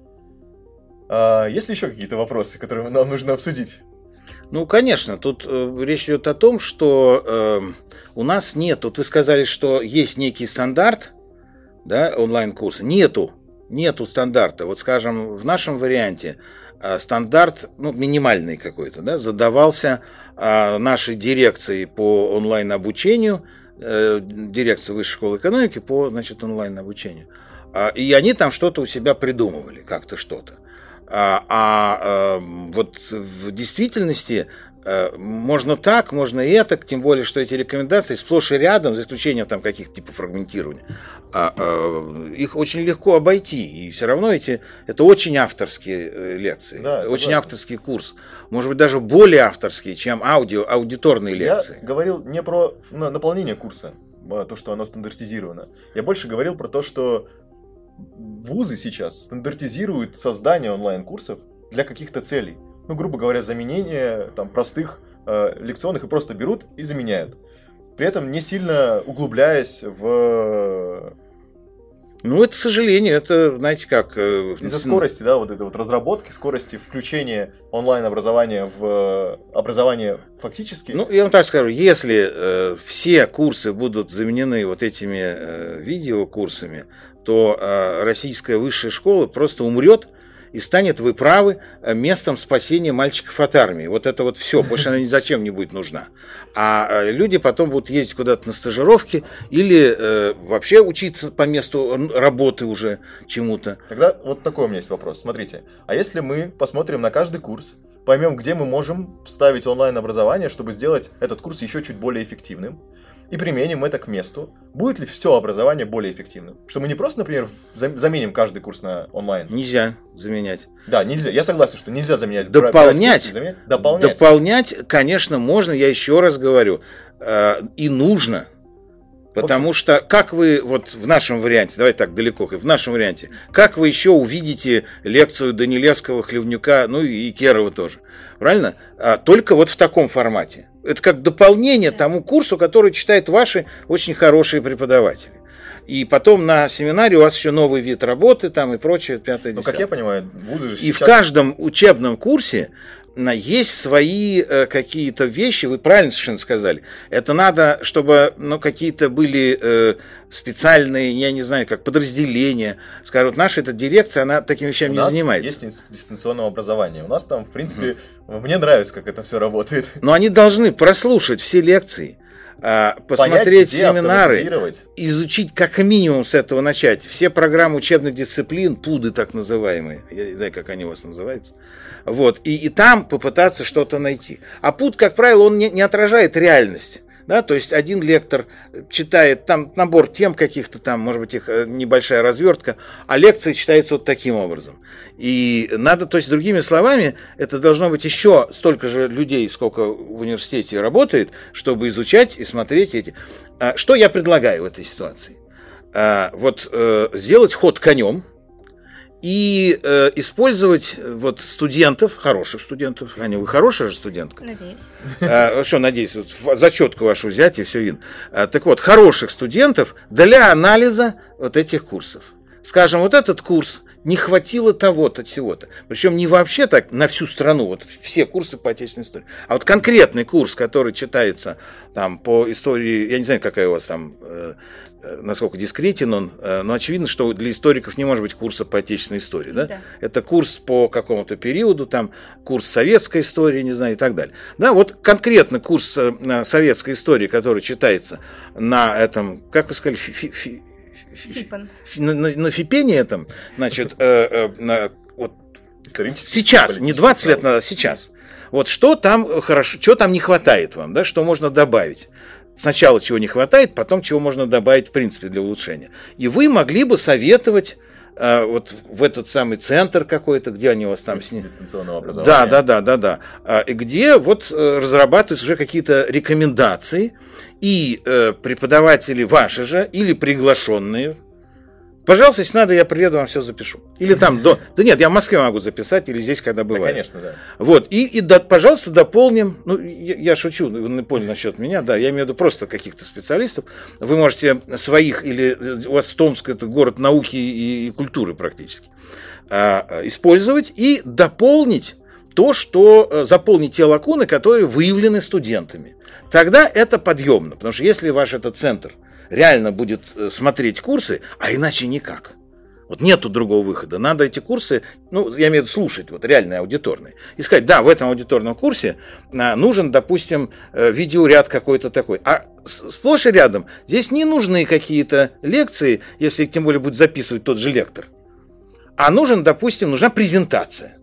А, есть ли еще какие-то вопросы, которые нам нужно обсудить? Ну, конечно, тут э, речь идет о том, что э, у нас нет, вот вы сказали, что есть некий стандарт, да, онлайн-курса. Нету, нету стандарта. Вот, скажем, в нашем варианте стандарт, ну, минимальный какой-то, да, задавался а, нашей дирекцией по онлайн-обучению, э, дирекция Высшей школы экономики по, значит, онлайн-обучению. А, и они там что-то у себя придумывали, как-то что-то. А, а, а вот в действительности можно так, можно и это, тем более, что эти рекомендации сплошь и рядом, за исключением там каких-то типов фрагментирования, а, а, их очень легко обойти, и все равно эти, это очень авторские лекции, да, очень авторский курс, может быть, даже более авторские, чем аудио, аудиторные лекции. Я говорил не про наполнение курса, то, что оно стандартизировано, я больше говорил про то, что вузы сейчас стандартизируют создание онлайн-курсов для каких-то целей. Ну, грубо говоря, заменение там, простых э, лекционных и просто берут и заменяют. При этом не сильно углубляясь в... Ну, это, к сожалению, это, знаете, как... Э, Из-за скорости, да, вот этой вот разработки, скорости включения онлайн-образования в образование фактически. Ну, я вам так скажу, если э, все курсы будут заменены вот этими э, видеокурсами, то э, российская высшая школа просто умрет, и станет, вы правы, местом спасения мальчиков от армии. Вот это вот все, больше она ни зачем не будет нужна. А люди потом будут ездить куда-то на стажировки или э, вообще учиться по месту работы уже чему-то. Тогда вот такой у меня есть вопрос. Смотрите, а если мы посмотрим на каждый курс, поймем, где мы можем вставить онлайн-образование, чтобы сделать этот курс еще чуть более эффективным, и применим это к месту, будет ли все образование более эффективным? Что мы не просто, например, заменим каждый курс на онлайн? Нельзя заменять. Да, нельзя. Я согласен, что нельзя заменять. Дополнять, курсы, заменять. Дополнять. Дополнять, конечно, можно, я еще раз говорю, э, и нужно. Потому общем, что, как вы, вот в нашем варианте, давайте так далеко, в нашем варианте, как вы еще увидите лекцию Данилевского, Хлевнюка, ну и Керова тоже, правильно? А, только вот в таком формате. Это как дополнение тому курсу, который читают ваши очень хорошие преподаватели. И потом на семинаре у вас еще новый вид работы там и прочее, пятое, десятое. Ну, как я понимаю, вузы же И сейчас... в каждом учебном курсе есть свои э, какие-то вещи, вы правильно совершенно сказали, это надо, чтобы ну, какие-то были э, специальные, я не знаю, как подразделения, скажем, вот наша эта дирекция, она такими вещами у не нас занимается. Есть институт дистанционного образования, у нас там, в принципе, mm-hmm. мне нравится, как это все работает. Но они должны прослушать все лекции, посмотреть понять, семинары, изучить как минимум с этого начать все программы учебных дисциплин, пуды так называемые, я не знаю, как они у вас называются, вот, и, и там попытаться что-то найти. А пуд, как правило, он не, не отражает реальность. Да, то есть один лектор читает там набор тем каких-то там, может быть, их небольшая развертка, а лекция читается вот таким образом. И надо, то есть, другими словами, это должно быть еще столько же людей, сколько в университете работает, чтобы изучать и смотреть эти. Что я предлагаю в этой ситуации? Вот сделать ход конем и э, использовать вот студентов, хороших студентов, Аня, вы хорошая же студентка? Надеюсь. А, что, надеюсь, вот, зачетку вашу взять и все видно. А, так вот, хороших студентов для анализа вот этих курсов. Скажем, вот этот курс не хватило того-то, всего-то. Причем не вообще так на всю страну, вот все курсы по отечественной истории, а вот конкретный курс, который читается там по истории, я не знаю, какая у вас там, э, насколько дискретен он, э, но очевидно, что для историков не может быть курса по отечественной истории, да? Да. Это курс по какому-то периоду, там курс советской истории, не знаю, и так далее. Да, вот конкретно курс э, советской истории, который читается на этом, как вы сказали, фи- фи- фи- Фипан. На, на, на фипене этом, значит, э, э, на, вот сейчас, не двадцать лет назад, сейчас. Вот что там хорошо, что там не хватает вам, да, что можно добавить. Сначала чего не хватает, потом чего можно добавить, в принципе, для улучшения. И вы могли бы советовать э, вот в этот самый центр какой-то, где они у вас там... Дистанционного образования. Да, да, да, да, да. А, где вот э, разрабатываются уже какие-то рекомендации, и э, преподаватели ваши же, или приглашенные, пожалуйста, если надо, я приеду, вам все запишу. Или там, до... да нет, я в Москве могу записать, или здесь, когда бывает. Да, конечно, да. Вот, и, и да, пожалуйста, дополним, ну, я, я шучу, вы не поняли насчет меня, да, я имею в виду просто каких-то специалистов, вы можете своих, или у вас Томск, это город науки и, и культуры практически, а, использовать и дополнить то, что, заполнить те лакуны, которые выявлены студентами. Тогда это подъемно, потому что если ваш этот центр реально будет смотреть курсы, а иначе никак. Вот нету другого выхода. Надо эти курсы, ну, я имею в виду слушать, вот реальные аудиторные. И сказать, да, в этом аудиторном курсе нужен, допустим, видеоряд какой-то такой. А сплошь и рядом здесь не нужны какие-то лекции, если тем более будет записывать тот же лектор. А нужен, допустим, нужна презентация.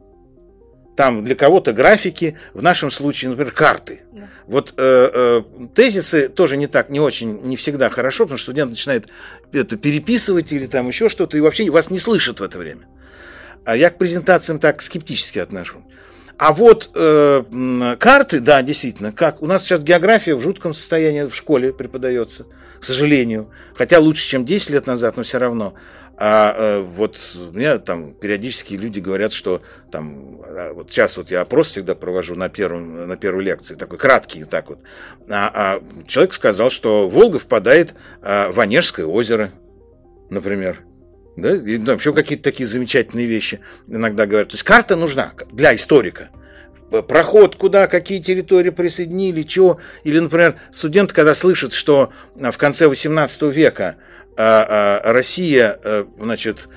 Там для кого-то графики, в нашем случае, например, карты. Да. Вот э, э, тезисы тоже не так, не очень, не всегда хорошо, потому что студент начинает это переписывать или там еще что-то, и вообще вас не слышат в это время. А я к презентациям так скептически отношусь. А вот э, карты, да, действительно, как у нас сейчас география в жутком состоянии в школе преподается, к сожалению, хотя лучше, чем десять лет назад, но все равно. А э, вот мне там периодически люди говорят, что там, вот сейчас вот я опрос всегда провожу на, первом, на первой лекции, такой краткий, так вот. А, а человек сказал, что Волга впадает а, в Онежское озеро, например. Да? И там еще какие-то такие замечательные вещи иногда говорят. То есть карта нужна для историка. Проход, куда, какие территории присоединили, чего. Или, например, студент, когда слышит, что в конце восемнадцатого века Россия, значит,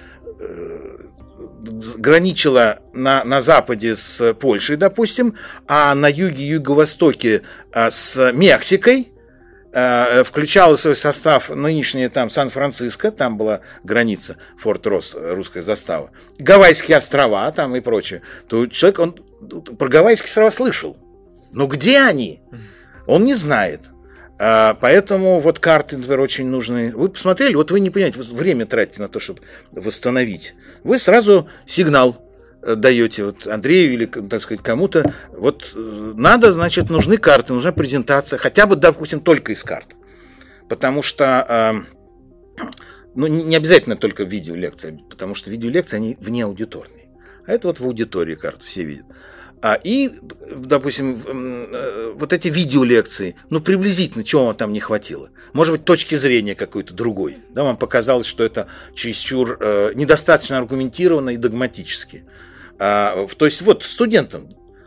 граничила на, на западе с Польшей, допустим, а на юге, юго-востоке с Мексикой, включала в свой состав нынешний там Сан-Франциско, там была граница, Форт Росс, русская застава, Гавайские острова там и прочее, то человек, он про Гавайские острова слышал, но где они? Он не знает. Поэтому вот карты, например, очень нужны. Вы посмотрели, вот вы не понимаете, вы время тратите на то, чтобы восстановить. Вы сразу сигнал даете вот Андрею или, так сказать, кому-то. Вот надо, значит, нужны карты, нужна презентация, хотя бы, допустим, только из карт. Потому что, ну, не обязательно только видеолекции, потому что видеолекции, они вне аудиторные. А это вот в аудитории карту все видят. А, и, допустим, вот эти видеолекции, ну, приблизительно, чего вам там не хватило? Может быть, точки зрения какой-то другой. Да, вам показалось, что это чересчур э, недостаточно аргументированно и догматически. А, то есть, вот, студентам.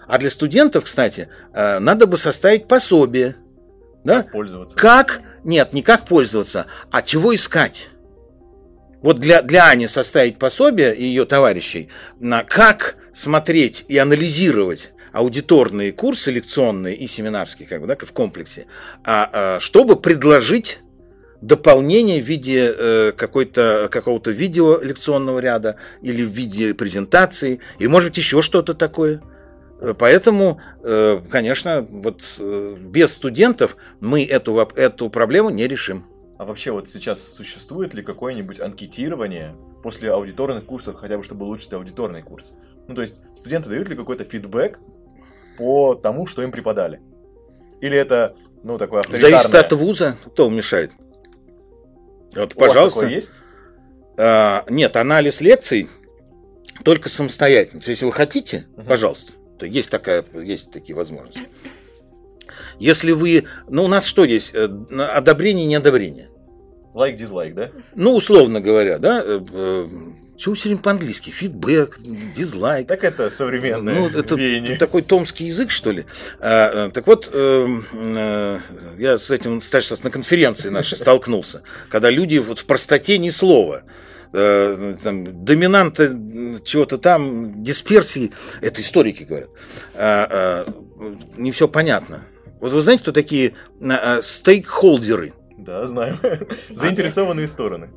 А для студентов, кстати, надо бы составить пособие. Да? Как пользоваться? Как? Нет, не как пользоваться, а чего искать. Вот для, для Ани составить пособие и ее товарищей, на как смотреть и анализировать аудиторные курсы, лекционные и семинарские, как бы, да, в комплексе, а, а, чтобы предложить дополнение в виде э, какой-то, какого-то видео лекционного ряда или в виде презентации, или, может быть, еще что-то такое. Поэтому, э, конечно, вот э, без студентов мы эту, эту проблему не решим. А вообще вот сейчас существует ли какое-нибудь анкетирование после аудиторных курсов, хотя бы чтобы улучшить аудиторный курс? Ну, то есть студенты дают ли какой-то фидбэк по тому, что им преподали? Или это, ну, такое авторитарное... Зависит от вуза, кто мешает. Вот, У пожалуйста. вас такое есть? А, нет, анализ лекций только самостоятельно. То есть, если вы хотите, uh-huh. пожалуйста, то есть, такая, есть такие возможности. Если вы... Ну, у нас что есть? Одобрение, неодобрение. Лайк-дизлайк, да? Ну, условно говоря, да? Чего все время по-английски? Фидбэк, дизлайк. Так это современное ну, это веяние. Такой томский язык, что ли? А, так вот, э, э, я с этим, кстати, на конференции нашей столкнулся, когда люди вот в простоте ни слова. Э, там, доминанты чего-то там, дисперсии, это историки говорят, а, а, не все понятно. Вот вы знаете, кто такие а, стейкхолдеры? Да, знаю. Заинтересованные стороны.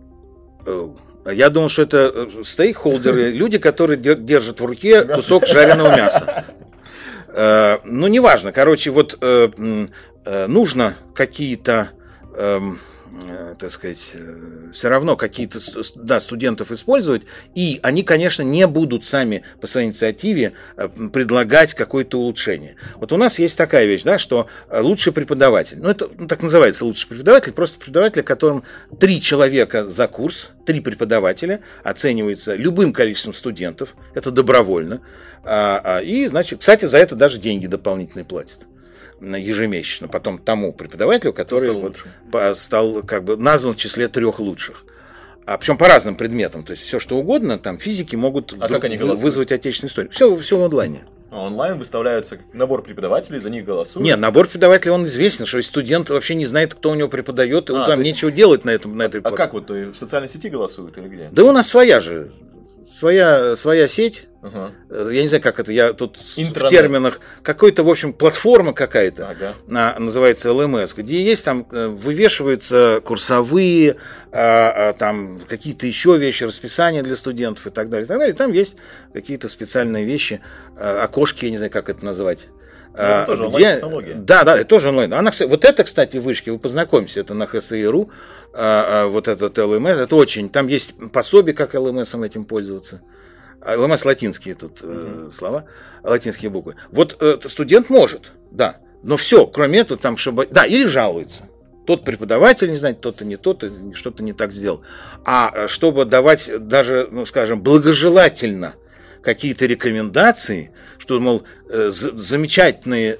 Я думал, что это стейкхолдеры, люди, которые держат в руке кусок жареного мяса. Ну, неважно. Короче, вот нужно какие-то, так сказать, все равно какие-то, да, студентов использовать, и они, конечно, не будут сами по своей инициативе предлагать какое-то улучшение. Вот у нас есть такая вещь, да, что лучший преподаватель, ну, это ну, так называется лучший преподаватель, просто преподаватель, которым три человека за курс, три преподавателя оценивается любым количеством студентов, это добровольно, и, значит, кстати, за это даже деньги дополнительные платят ежемесячно, потом тому преподавателю, который стал, вот, стал как бы назван в числе трех лучших. А причем по разным предметам, то есть все что угодно, там физики могут а как они вызвать отечественную историю. Все, все в онлайне. А онлайн выставляются набор преподавателей, за них голосуют? Нет, набор преподавателей, он известен, что студент вообще не знает, кто у него преподает, и а, там есть... нечего делать на, этом, на этой платформе. А как вот, в социальной сети голосуют или где? Да у нас своя же. Своя, своя сеть, uh-huh. я не знаю, как это, я тут Интранет. В терминах, какой-то, в общем, платформа какая-то, ага. на, называется эл эм эс, где есть там, вывешиваются курсовые, а, а, там какие-то еще вещи, расписания для студентов и так далее, и так далее. Там есть какие-то специальные вещи, окошки, я не знаю, как это назвать. Ну, это тоже где... онлайн-технология. Да, да, это тоже онлайн. Она, вот это, кстати, вышки, вы познакомитесь, это на ха эс и эр у, а, а, вот этот эл эм эс, это очень, там есть пособие, как эл эм эс этим пользоваться. эл эм эс латинские тут mm-hmm. э, слова, латинские буквы. Вот э, студент может, да, но все, кроме этого, там, чтобы, да, или жалуется. Тот преподаватель не знает, тот-то не тот, что-то не так сделал. А чтобы давать даже, ну, скажем, благожелательно какие-то рекомендации, что, мол, замечательные,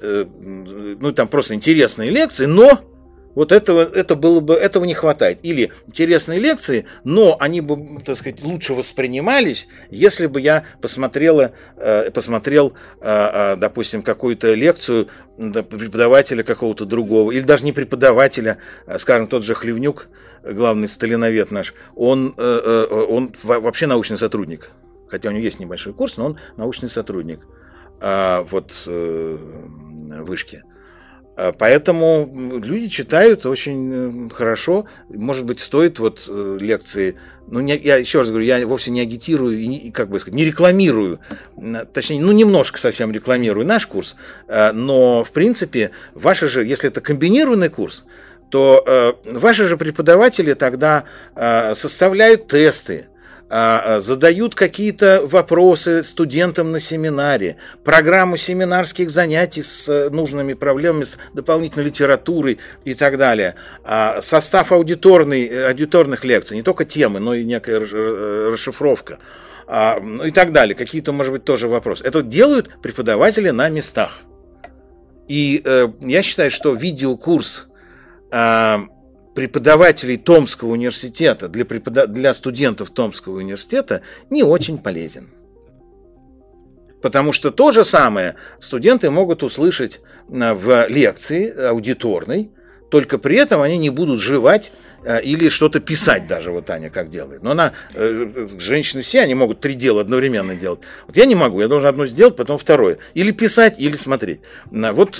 ну, там просто интересные лекции, но вот этого, это было бы, этого не хватает. Или интересные лекции, но они бы, так сказать, лучше воспринимались, если бы я посмотрела, посмотрел, допустим, какую-то лекцию преподавателя какого-то другого, или даже не преподавателя, скажем, тот же Хлевнюк, главный сталиновед наш, он, он вообще научный сотрудник. Хотя у него есть небольшой курс, но он научный сотрудник а, вот э, вышки. А, поэтому люди читают очень хорошо. Может быть, стоит вот э, лекции. Ну, не, я еще раз говорю, я вовсе не агитирую и, не, как бы сказать, не рекламирую, точнее, ну, немножко совсем рекламирую наш курс, э, но, в принципе, ваши же, если это комбинированный курс, то э, ваши же преподаватели тогда э, составляют тесты, задают какие-то вопросы студентам на семинаре, программу семинарских занятий с нужными проблемами, с дополнительной литературой и так далее, состав аудиторный, аудиторных лекций, не только темы, но и некая расшифровка и так далее, какие-то, может быть, тоже вопросы. Это делают преподаватели на местах. И я считаю, что видеокурс преподавателей Томского университета для, преподав... для студентов Томского университета не очень полезен. Потому что то же самое студенты могут услышать в лекции аудиторной, только при этом они не будут жевать или что-то писать даже, вот Аня как делает. Но она, женщины все, они могут три дела одновременно делать. Вот я не могу, я должен одно сделать, потом второе. Или писать, или смотреть. Вот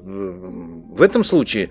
в этом случае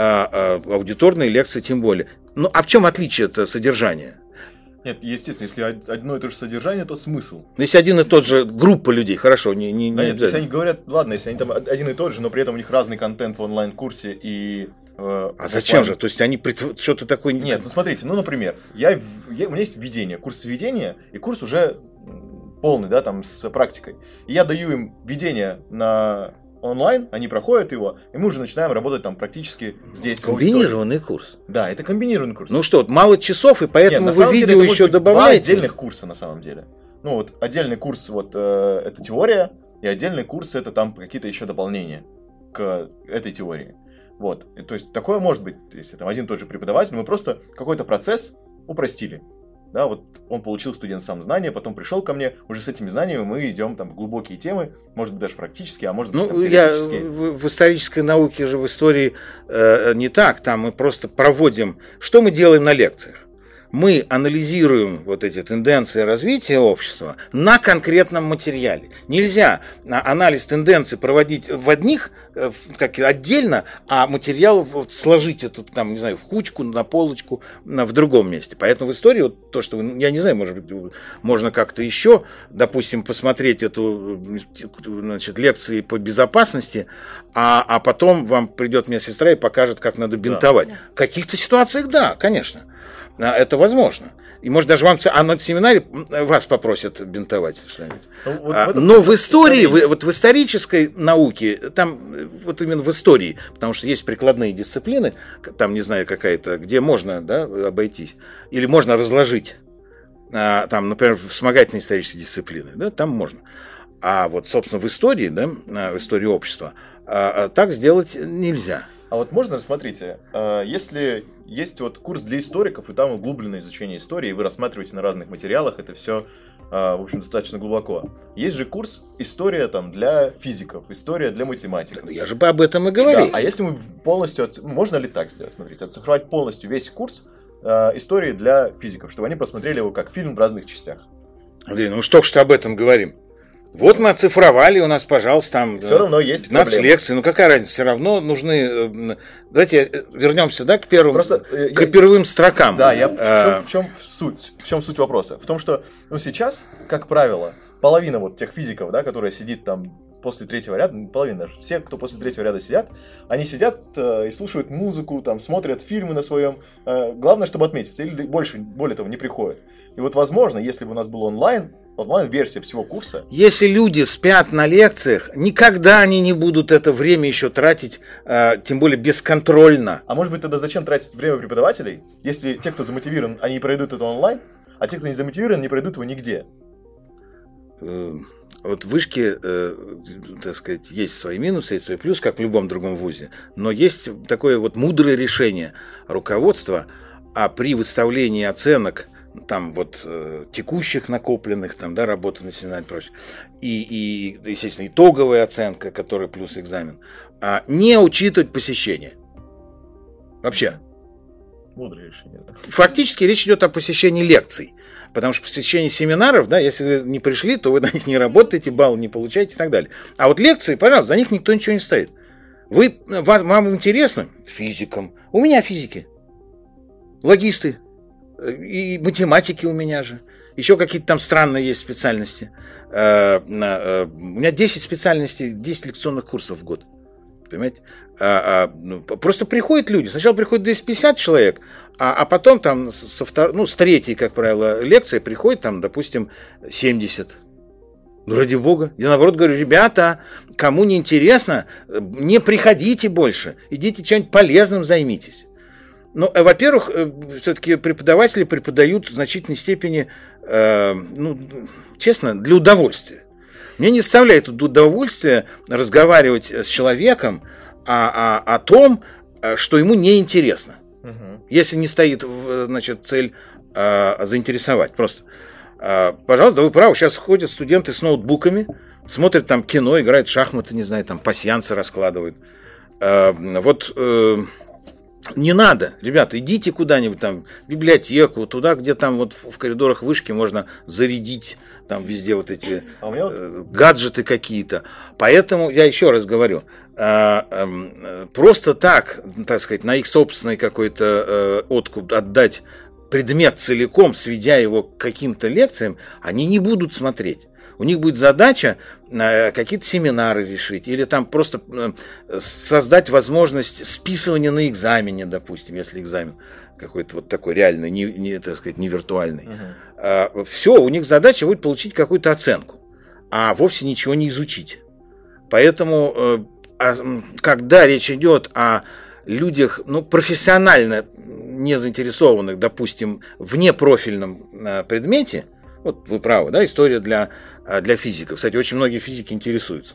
аудиторные лекции тем более. Ну, а в чем отличие от содержания? Нет, естественно, если одно и то же содержание, то смысл. Ну, если один и тот же группа людей, хорошо, не, не, не да, нет, если они говорят, ладно, если они там один и тот же, но при этом у них разный контент в онлайн-курсе и... Э, а зачем же? То есть они что-то такое... Нет, ну смотрите, ну, например, я, я, у меня есть введение, курс введения, и курс уже полный, да, там, с практикой. И я даю им введение на... онлайн, они проходят его, и мы уже начинаем работать там практически здесь. Комбинированный курс. Да, это комбинированный курс. Ну что, мало часов, и поэтому Нет, вы видео еще добавляете? Два отдельных курса на самом деле. Ну вот отдельный курс вот э, это теория, и отдельный курс это там какие-то еще дополнения к этой теории. Вот, и, то есть такое может быть, если там один и тот же преподаватель, мы просто какой-то процесс упростили. Да, вот он получил, студент, сам знания, потом пришел ко мне, уже с этими знаниями мы идем там в глубокие темы, может быть даже практические, а может быть ну, там, теоретические. Я, в, в исторической науке же, в истории э, не так, там мы просто проводим, что мы делаем на лекциях? Мы анализируем вот эти тенденции развития общества на конкретном материале. Нельзя анализ тенденций проводить в одних, как отдельно, а материал вот сложить эту, там, не знаю, в кучку, на полочку, в другом месте. Поэтому в истории, вот то, что вы, я не знаю, может быть, можно как-то еще, допустим, посмотреть эту, значит, лекции по безопасности, а, а потом вам придет медсестра и покажет, как надо бинтовать. Да. В каких-то ситуациях, да, конечно. Это возможно. И может даже вам, а на семинаре вас попросят бинтовать что-нибудь. Ну, вот а, в но в истории, в, вот в исторической науке, там вот именно в истории, потому что есть прикладные дисциплины, там, не знаю, какая-то, где можно, да, обойтись, или можно разложить, а, там, например, вспомогательные исторические дисциплины, да, там можно. А вот, собственно, в истории, да, в истории общества, а, а, так сделать нельзя. А вот можно, смотрите, если есть вот курс для историков, и там углубленное изучение истории, и вы рассматриваете на разных материалах, это все, в общем, достаточно глубоко. Есть же курс история там для физиков, история для математиков. Я же об этом и говорю. Да, а если мы полностью, можно ли так сделать, смотрите, оцифровать полностью весь курс истории для физиков, чтобы они посмотрели его как фильм в разных частях? Андрей, ну мы только что об этом говорим. Вот мы оцифровали, у нас, пожалуйста, там все равно есть пятнадцать проблемы. лекций. Ну какая разница, все равно нужны... Давайте вернемся, да, к первым, Просто, к я, первым строкам. Да, я, в, чем, в чем суть? В чем суть вопроса? В том, что ну, сейчас, как правило, половина вот тех физиков, да, которая сидит там после третьего ряда, половина даже, все, кто после третьего ряда сидят, они сидят э, и слушают музыку, там, смотрят фильмы на своем. Э, главное, чтобы отметиться, или больше, более того, не приходят. И вот, возможно, если бы у нас был онлайн, онлайн-версия всего курса. Если люди спят на лекциях, никогда они не будут это время еще тратить, э, тем более бесконтрольно. А может быть, тогда зачем тратить время преподавателей, если те, кто замотивирован, они пройдут это онлайн, а те, кто не замотивирован, не пройдут его нигде? Э, вот в вышке, э, так сказать, есть свои минусы, есть свои плюсы, как в любом другом вузе. Но есть такое вот мудрое решение руководства, а при выставлении оценок там вот э, текущих накопленных, там, да, работы на семинаре и прочее, и, и, естественно, итоговая оценка, которая плюс экзамен, а не учитывать посещение. Вообще. Мудрое решение. Да. Фактически речь идет о посещении лекций, потому что посещение семинаров, да, если вы не пришли, то вы на них не работаете, баллы не получаете и так далее. А вот лекции, пожалуйста, за них никто ничего не стоит. Вы, вас, вам интересно? Физикам. У меня физики. Логисты. И математики у меня же. Еще какие-то там странные есть специальности. У меня десять специальностей, десять лекционных курсов в год. Понимаете? Просто приходят люди. Сначала приходит двести пятьдесят человек, а, а потом там со втор... ну, с третьей, как правило, лекции приходит там, допустим, семьдесят. Ну, ради бога. Я, наоборот, говорю, ребята, кому не интересно, не приходите больше. Идите чем-нибудь полезным займитесь. Ну, во-первых, все-таки преподаватели преподают в значительной степени, э, ну, честно, для удовольствия. Мне не доставляет удовольствия разговаривать с человеком о, о, о том, что ему неинтересно. Угу. Если не стоит, значит, цель э, заинтересовать. Просто, э, пожалуйста, вы правы, сейчас ходят студенты с ноутбуками, смотрят там кино, играют в шахматы, не знаю, там пасьянсы раскладывают. Э, вот э, не надо, ребята, идите куда-нибудь там, в библиотеку, туда, где там вот в коридорах вышки можно зарядить там везде вот эти А у меня вот- э, гаджеты какие-то. Поэтому я еще раз говорю, э, э, просто так, так сказать, на их собственный какой-то э, откуп отдать предмет целиком, сведя его к каким-то лекциям, они не будут смотреть. У них будет задача э, какие-то семинары решить или там просто э, создать возможность списывания на экзамене, допустим, если экзамен какой-то вот такой реальный, не, не, так сказать, не виртуальный. Э, все, у них задача будет получить какую-то оценку, а вовсе ничего не изучить. Поэтому, э, а, когда речь идет о людях, ну, профессионально не заинтересованных, допустим, в непрофильном э, предмете, вот вы правы, да, история для, для физиков. Кстати, очень многие физики интересуются.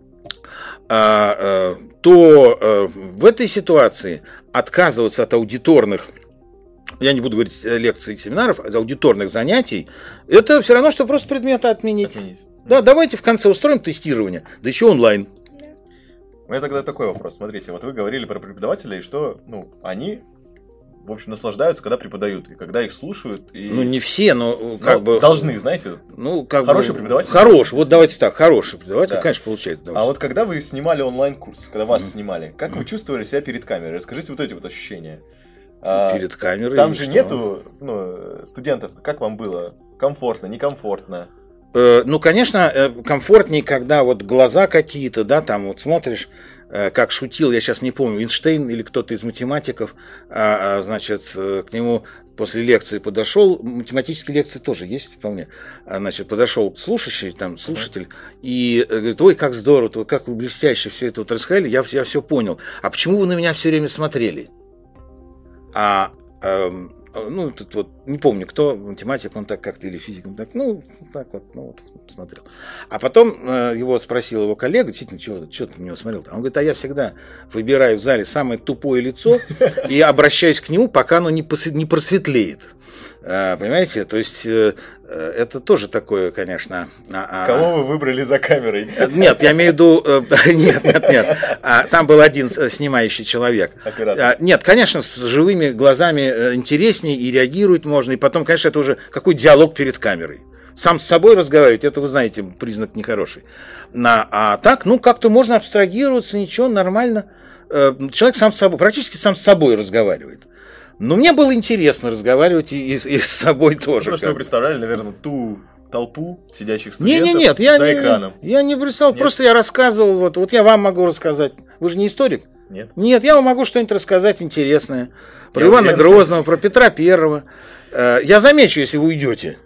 А, то в этой ситуации отказываться от аудиторных, я не буду говорить лекций и семинаров, от аудиторных занятий, это все равно, что просто предметы отменить. Отменить. Да, давайте в конце устроим тестирование, да еще онлайн. У меня тогда такой вопрос. Смотрите, вот вы говорили про преподавателей, что, ну, они, в общем, наслаждаются, когда преподают, и когда их слушают. И... Ну, не все, но как Ну, бы... должны, знаете. Ну, как Хороший бы, преподаватель? Хороший, вот давайте так, хороший преподаватель, Да. конечно, получает удовольствие. А вот когда вы снимали онлайн-курс, когда вас Мгм. снимали, как вы чувствовали себя перед камерой? Расскажите вот эти вот ощущения. А, Перед камерой. Там и же что? нету, ну, студентов. Как вам было? Комфортно, некомфортно? Э, Ну, конечно, э, комфортнее, когда вот глаза какие-то, да, там вот смотришь, э, как шутил, я сейчас не помню, Эйнштейн или кто-то из математиков, а, а, значит, э, к нему после лекции подошел, математические лекции тоже есть вполне, а, значит, подошел слушающий, там, слушатель, и э, говорит, ой, как здорово, как вы блестяще все это вот рассказали, я, я все понял. А почему вы на меня все время смотрели? А, эм, ну, тут вот, не помню, кто, математик, он так как-то, или физик, он так, ну, так вот, ну, вот, смотрел. А потом э, его спросил его коллега, действительно, чего, чего ты на него смотрел? Он говорит, а я всегда выбираю в зале самое тупое лицо и обращаюсь к нему, пока оно не, посве- не просветлеет. А, понимаете? То есть, э, э, это тоже такое, конечно... а- а- Кого вы выбрали за камерой? Нет, я имею в виду... э, Нет, нет, нет. А, Там был один э, снимающий человек. Оператор. А, Нет, конечно, с живыми глазами э, интереснее и реагировать можно. И потом, конечно, это уже какой диалог перед камерой. Сам с собой разговаривать, это, вы знаете, признак нехороший. На- А так, ну, как-то можно абстрагироваться, ничего, нормально. Э, Человек сам с собой, практически сам с собой разговаривает. Но мне было интересно разговаривать и, и с- и с собой тоже. Просто как вы бы. представляли, наверное, ту толпу сидящих Не, студентов не, нет, я за не, экраном. я не представил, Нет? просто я рассказывал, вот, вот я вам могу рассказать. Вы же не историк? Нет? Нет, я вам могу что-нибудь рассказать интересное. Про Я Ивана уверен. Грозного, про Петра Первого. Э, Я замечу, если вы уйдете.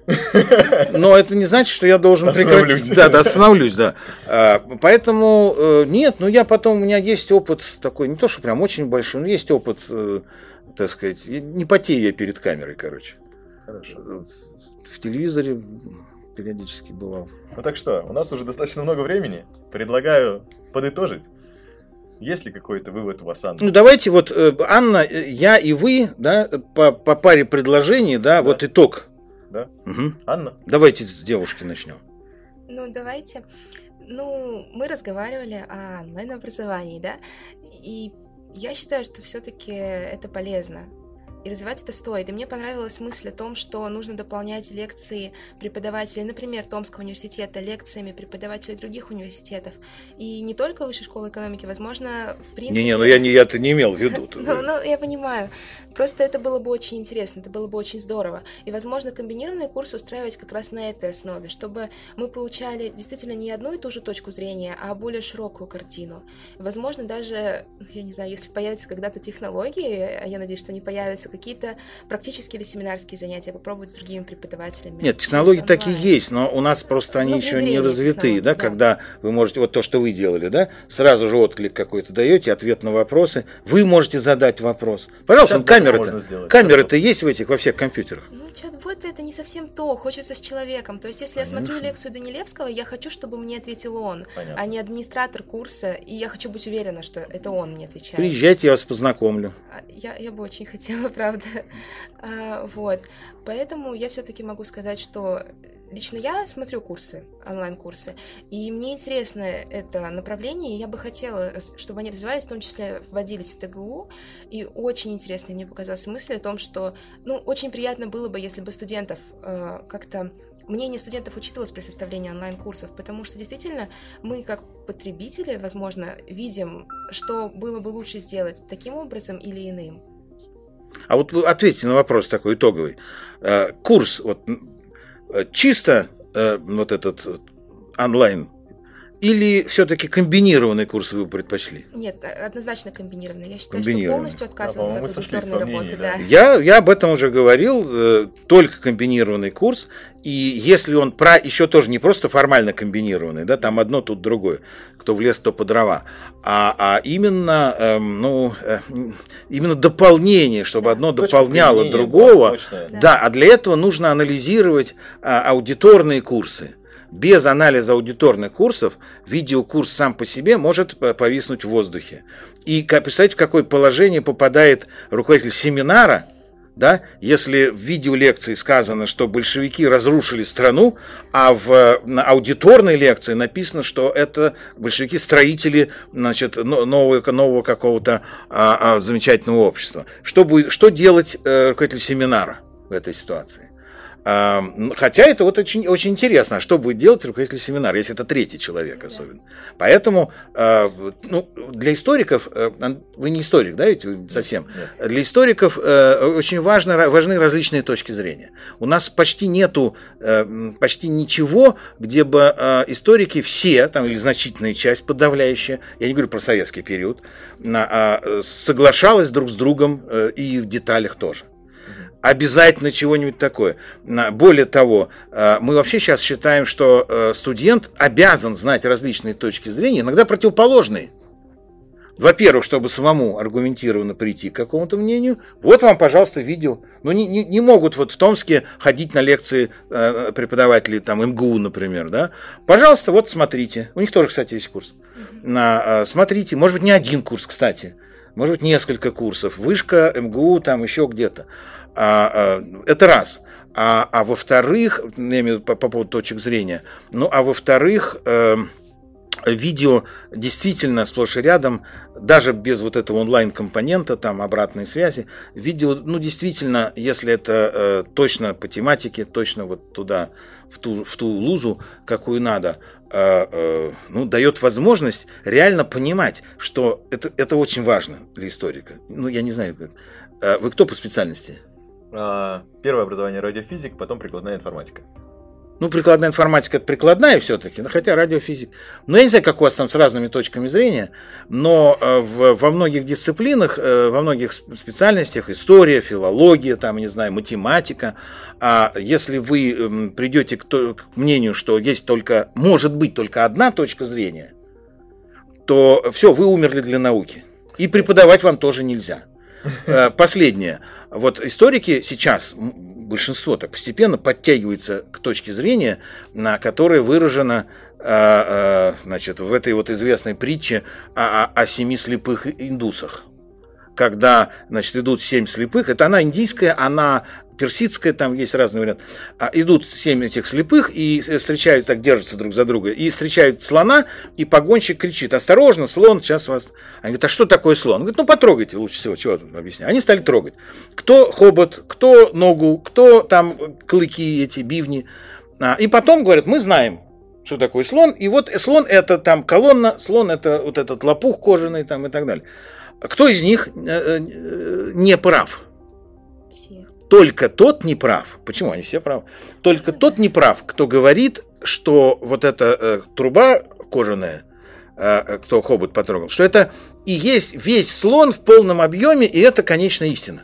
Но это не значит, что я должен Остановлюсь. прекратить. Да, да, остановлюсь, да. Э, Поэтому э, нет, ну я потом, у меня есть опыт такой, не то, что прям очень большой, но есть опыт, э, так сказать, не потею я перед камерой, короче. Хорошо. В телевизоре периодически бывал. Ну так что, у нас уже достаточно много времени. Предлагаю подытожить. Есть ли какой-то вывод у вас, Анна? Ну, давайте вот, э, Анна, э, я и вы, да, по, по паре предложений, да, Да. вот итог. Да? Мгм. Анна? Давайте с девушки начнем. Ну, давайте. Ну, мы разговаривали о онлайн-образовании, да, и я считаю, что все-таки это полезно. И развивать это стоит. И мне понравилась мысль о том, что нужно дополнять лекции преподавателей, например, Томского университета, лекциями преподавателей других университетов. И не только Высшей школы экономики, возможно, в принципе... Не-не, ну я не, я-то не имел в виду. Ну, ну, я понимаю. Просто это было бы очень интересно, это было бы очень здорово. И, возможно, комбинированный курс устраивать как раз на этой основе, чтобы мы получали действительно не одну и ту же точку зрения, а более широкую картину. Возможно, даже, я не знаю, если появятся когда-то технологии, а я надеюсь, что не появятся, какие-то практические или семинарские занятия попробовать с другими преподавателями. Нет, технологии Через такие онлайн. есть, но у нас просто они Ну, еще не внедрение развитые, да, технологий, да. когда вы можете, вот то, что вы делали, да, сразу же отклик какой-то даете, ответ на вопросы, вы можете задать вопрос. Пожалуйста, Чат-бота можно камеры-то, сделать, камеры-то есть в этих, во всех компьютерах. Ну, чат-боты это не совсем то, хочется с человеком. То есть, если я смотрю Конечно. лекцию Данилевского, я хочу, чтобы мне ответил он, Понятно. а не администратор курса, и я хочу быть уверена, что это он мне отвечает. Приезжайте, я вас познакомлю. А, Я, я бы очень хотела, правда. А, вот. Поэтому я все-таки могу сказать, что лично я смотрю курсы, онлайн-курсы, и мне интересно это направление, и я бы хотела, чтобы они развивались, в том числе вводились в ТГУ, и очень интересной мне показалась мысль о том, что, ну, очень приятно было бы, если бы студентов э, как-то, мнение студентов учитывалось при составлении онлайн-курсов, потому что действительно мы, как потребители, возможно, видим, что было бы лучше сделать таким образом или иным. А вот вы ответьте на вопрос такой итоговый. Курс вот, чисто вот этот онлайн или все-таки комбинированный курс вы предпочли? Нет, однозначно комбинированный. Я считаю, что полностью отказываться да, от аудиторной работы. Да. Я, я об этом уже говорил. Только комбинированный курс. И если он про, еще тоже не просто формально комбинированный, да, там одно, тут другое, кто в лес, кто по дрова, а, а именно, эм, ну, э, именно дополнение, чтобы да. одно Точка дополняло другого. Да, да. да, а для этого нужно анализировать а, аудиторные курсы. Без анализа аудиторных курсов видеокурс сам по себе может повиснуть в воздухе. И представьте, в какое положение попадает руководитель семинара, да, если в видеолекции сказано, что большевики разрушили страну, а в на аудиторной лекции написано, что это большевики-строители, значит, нового, нового какого-то а, а, замечательного общества. Что, будет, что делать э, руководитель семинара в этой ситуации? Хотя это вот очень, очень интересно, а что будет делать руководитель семинара, если это третий человек особенно. Поэтому ну, для историков, вы не историк, да, ведь вы совсем? Нет. Для историков очень важно, важны различные точки зрения. У нас почти нету, почти ничего, где бы историки все, там, или значительная часть, подавляющая, я не говорю про советский период, соглашалась друг с другом и в деталях тоже. Обязательно чего-нибудь такое. Более того, мы вообще сейчас считаем, что студент обязан знать различные точки зрения, иногда противоположные. Во-первых, чтобы самому аргументированно прийти к какому-то мнению. Вот вам, пожалуйста, видео. Ну, не, не, не могут вот в Томске ходить на лекции э, преподаватели там, эм гэ у, например. Да? Пожалуйста, вот смотрите. У них тоже, кстати, есть курс. На, э, смотрите. Может быть, не один курс, кстати. Может быть, несколько курсов. Вышка, эм гэ у, там еще где-то. А, а, это раз. А, а во-вторых, я имею в виду по, по поводу точек зрения, ну, а во-вторых, э, видео действительно сплошь и рядом, даже без вот этого онлайн-компонента, там, обратной связи, видео, ну, действительно, если это э, точно по тематике, точно вот туда, в ту, в ту лузу, какую надо, э, э, ну, дает возможность реально понимать, что это, это очень важно для историка. Ну, я не знаю, как. Э, вы кто по специальности? Первое образование радиофизик, потом прикладная информатика. Ну, прикладная информатика – это прикладная все-таки, но хотя радиофизик. Но я не знаю, как у вас там с разными точками зрения, но в, во многих дисциплинах, во многих специальностях, история, филология, там, не знаю, математика, а если вы придете к, к мнению, что есть только, может быть только одна точка зрения, то все, вы умерли для науки. И преподавать вам тоже нельзя. Последнее. Вот историки сейчас, большинство так постепенно подтягиваются к точке зрения, на которой выражена, значит, в этой вот известной притче о, о, о семи слепых индусах. Когда, значит, идут семь слепых, это она индийская, она персидская, там есть разные варианты. А идут семь этих слепых и встречают, так держатся друг за друга, и встречают слона, и погонщик кричит: осторожно, слон, сейчас вас... Они говорят: а что такое слон? Он говорит: ну потрогайте лучше всего, чего тут объяснять. Они стали трогать. Кто хобот, кто ногу, кто там клыки эти, бивни. И потом говорят: мы знаем, что такое слон, и вот слон это там колонна, слон это вот этот лопух кожаный там и так далее. Кто из них не прав? Все. Только тот не прав. Почему? Они все правы. Только тот не прав, кто говорит, что вот эта э, труба кожаная, э, кто хобот потрогал, что это и есть весь слон в полном объеме, и это конечная истина.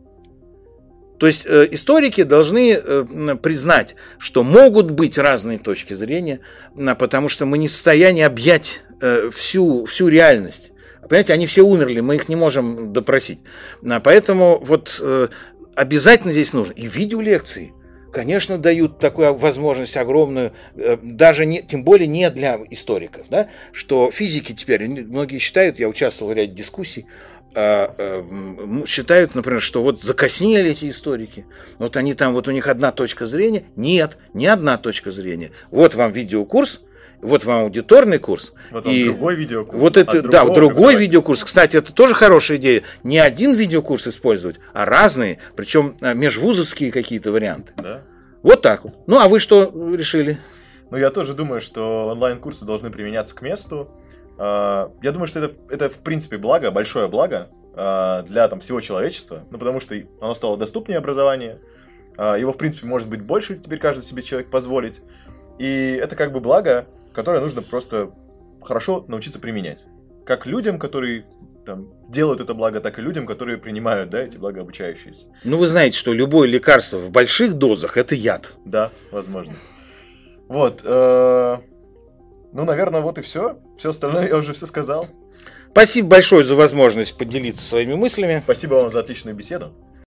То есть э, историки должны э, признать, что могут быть разные точки зрения, э, потому что мы не в состоянии объять э, всю, всю реальность. Понимаете, они все умерли, мы их не можем допросить. Поэтому вот э, обязательно здесь нужно и видеолекции. Конечно, дают такую возможность огромную, даже не, тем более не для историков, да, что физики теперь, многие считают, я участвовал в ряде дискуссий, считают, например, что вот закоснели эти историки, вот они там, вот у них одна точка зрения. Нет, не одна точка зрения. Вот вам видеокурс, вот вам аудиторный курс. Вот вам и другой видеокурс. Вот это, да, другой видеокурс. Кстати, это тоже хорошая идея. Не один видеокурс использовать, а разные, причем межвузовские какие-то варианты. Да. Вот так вот. Ну, а вы что решили? Ну, я тоже думаю, что онлайн-курсы должны применяться к месту. Я думаю, что это, это в принципе, благо, большое благо для там, всего человечества. Ну, потому что оно стало доступнее образование. Его, в принципе, может быть больше теперь каждый себе человек позволить. И это как бы благо, которое нужно просто хорошо научиться применять. Как людям, которые там, делают это благо, так и людям, которые принимают, да, эти блага обучающиеся. Ну, вы знаете, что любое лекарство в больших дозах – это яд. Да, возможно. Вот. Э- ну, наверное, вот и все. Все остальное я уже все сказал. Спасибо большое за возможность поделиться своими мыслями. Спасибо вам за отличную беседу.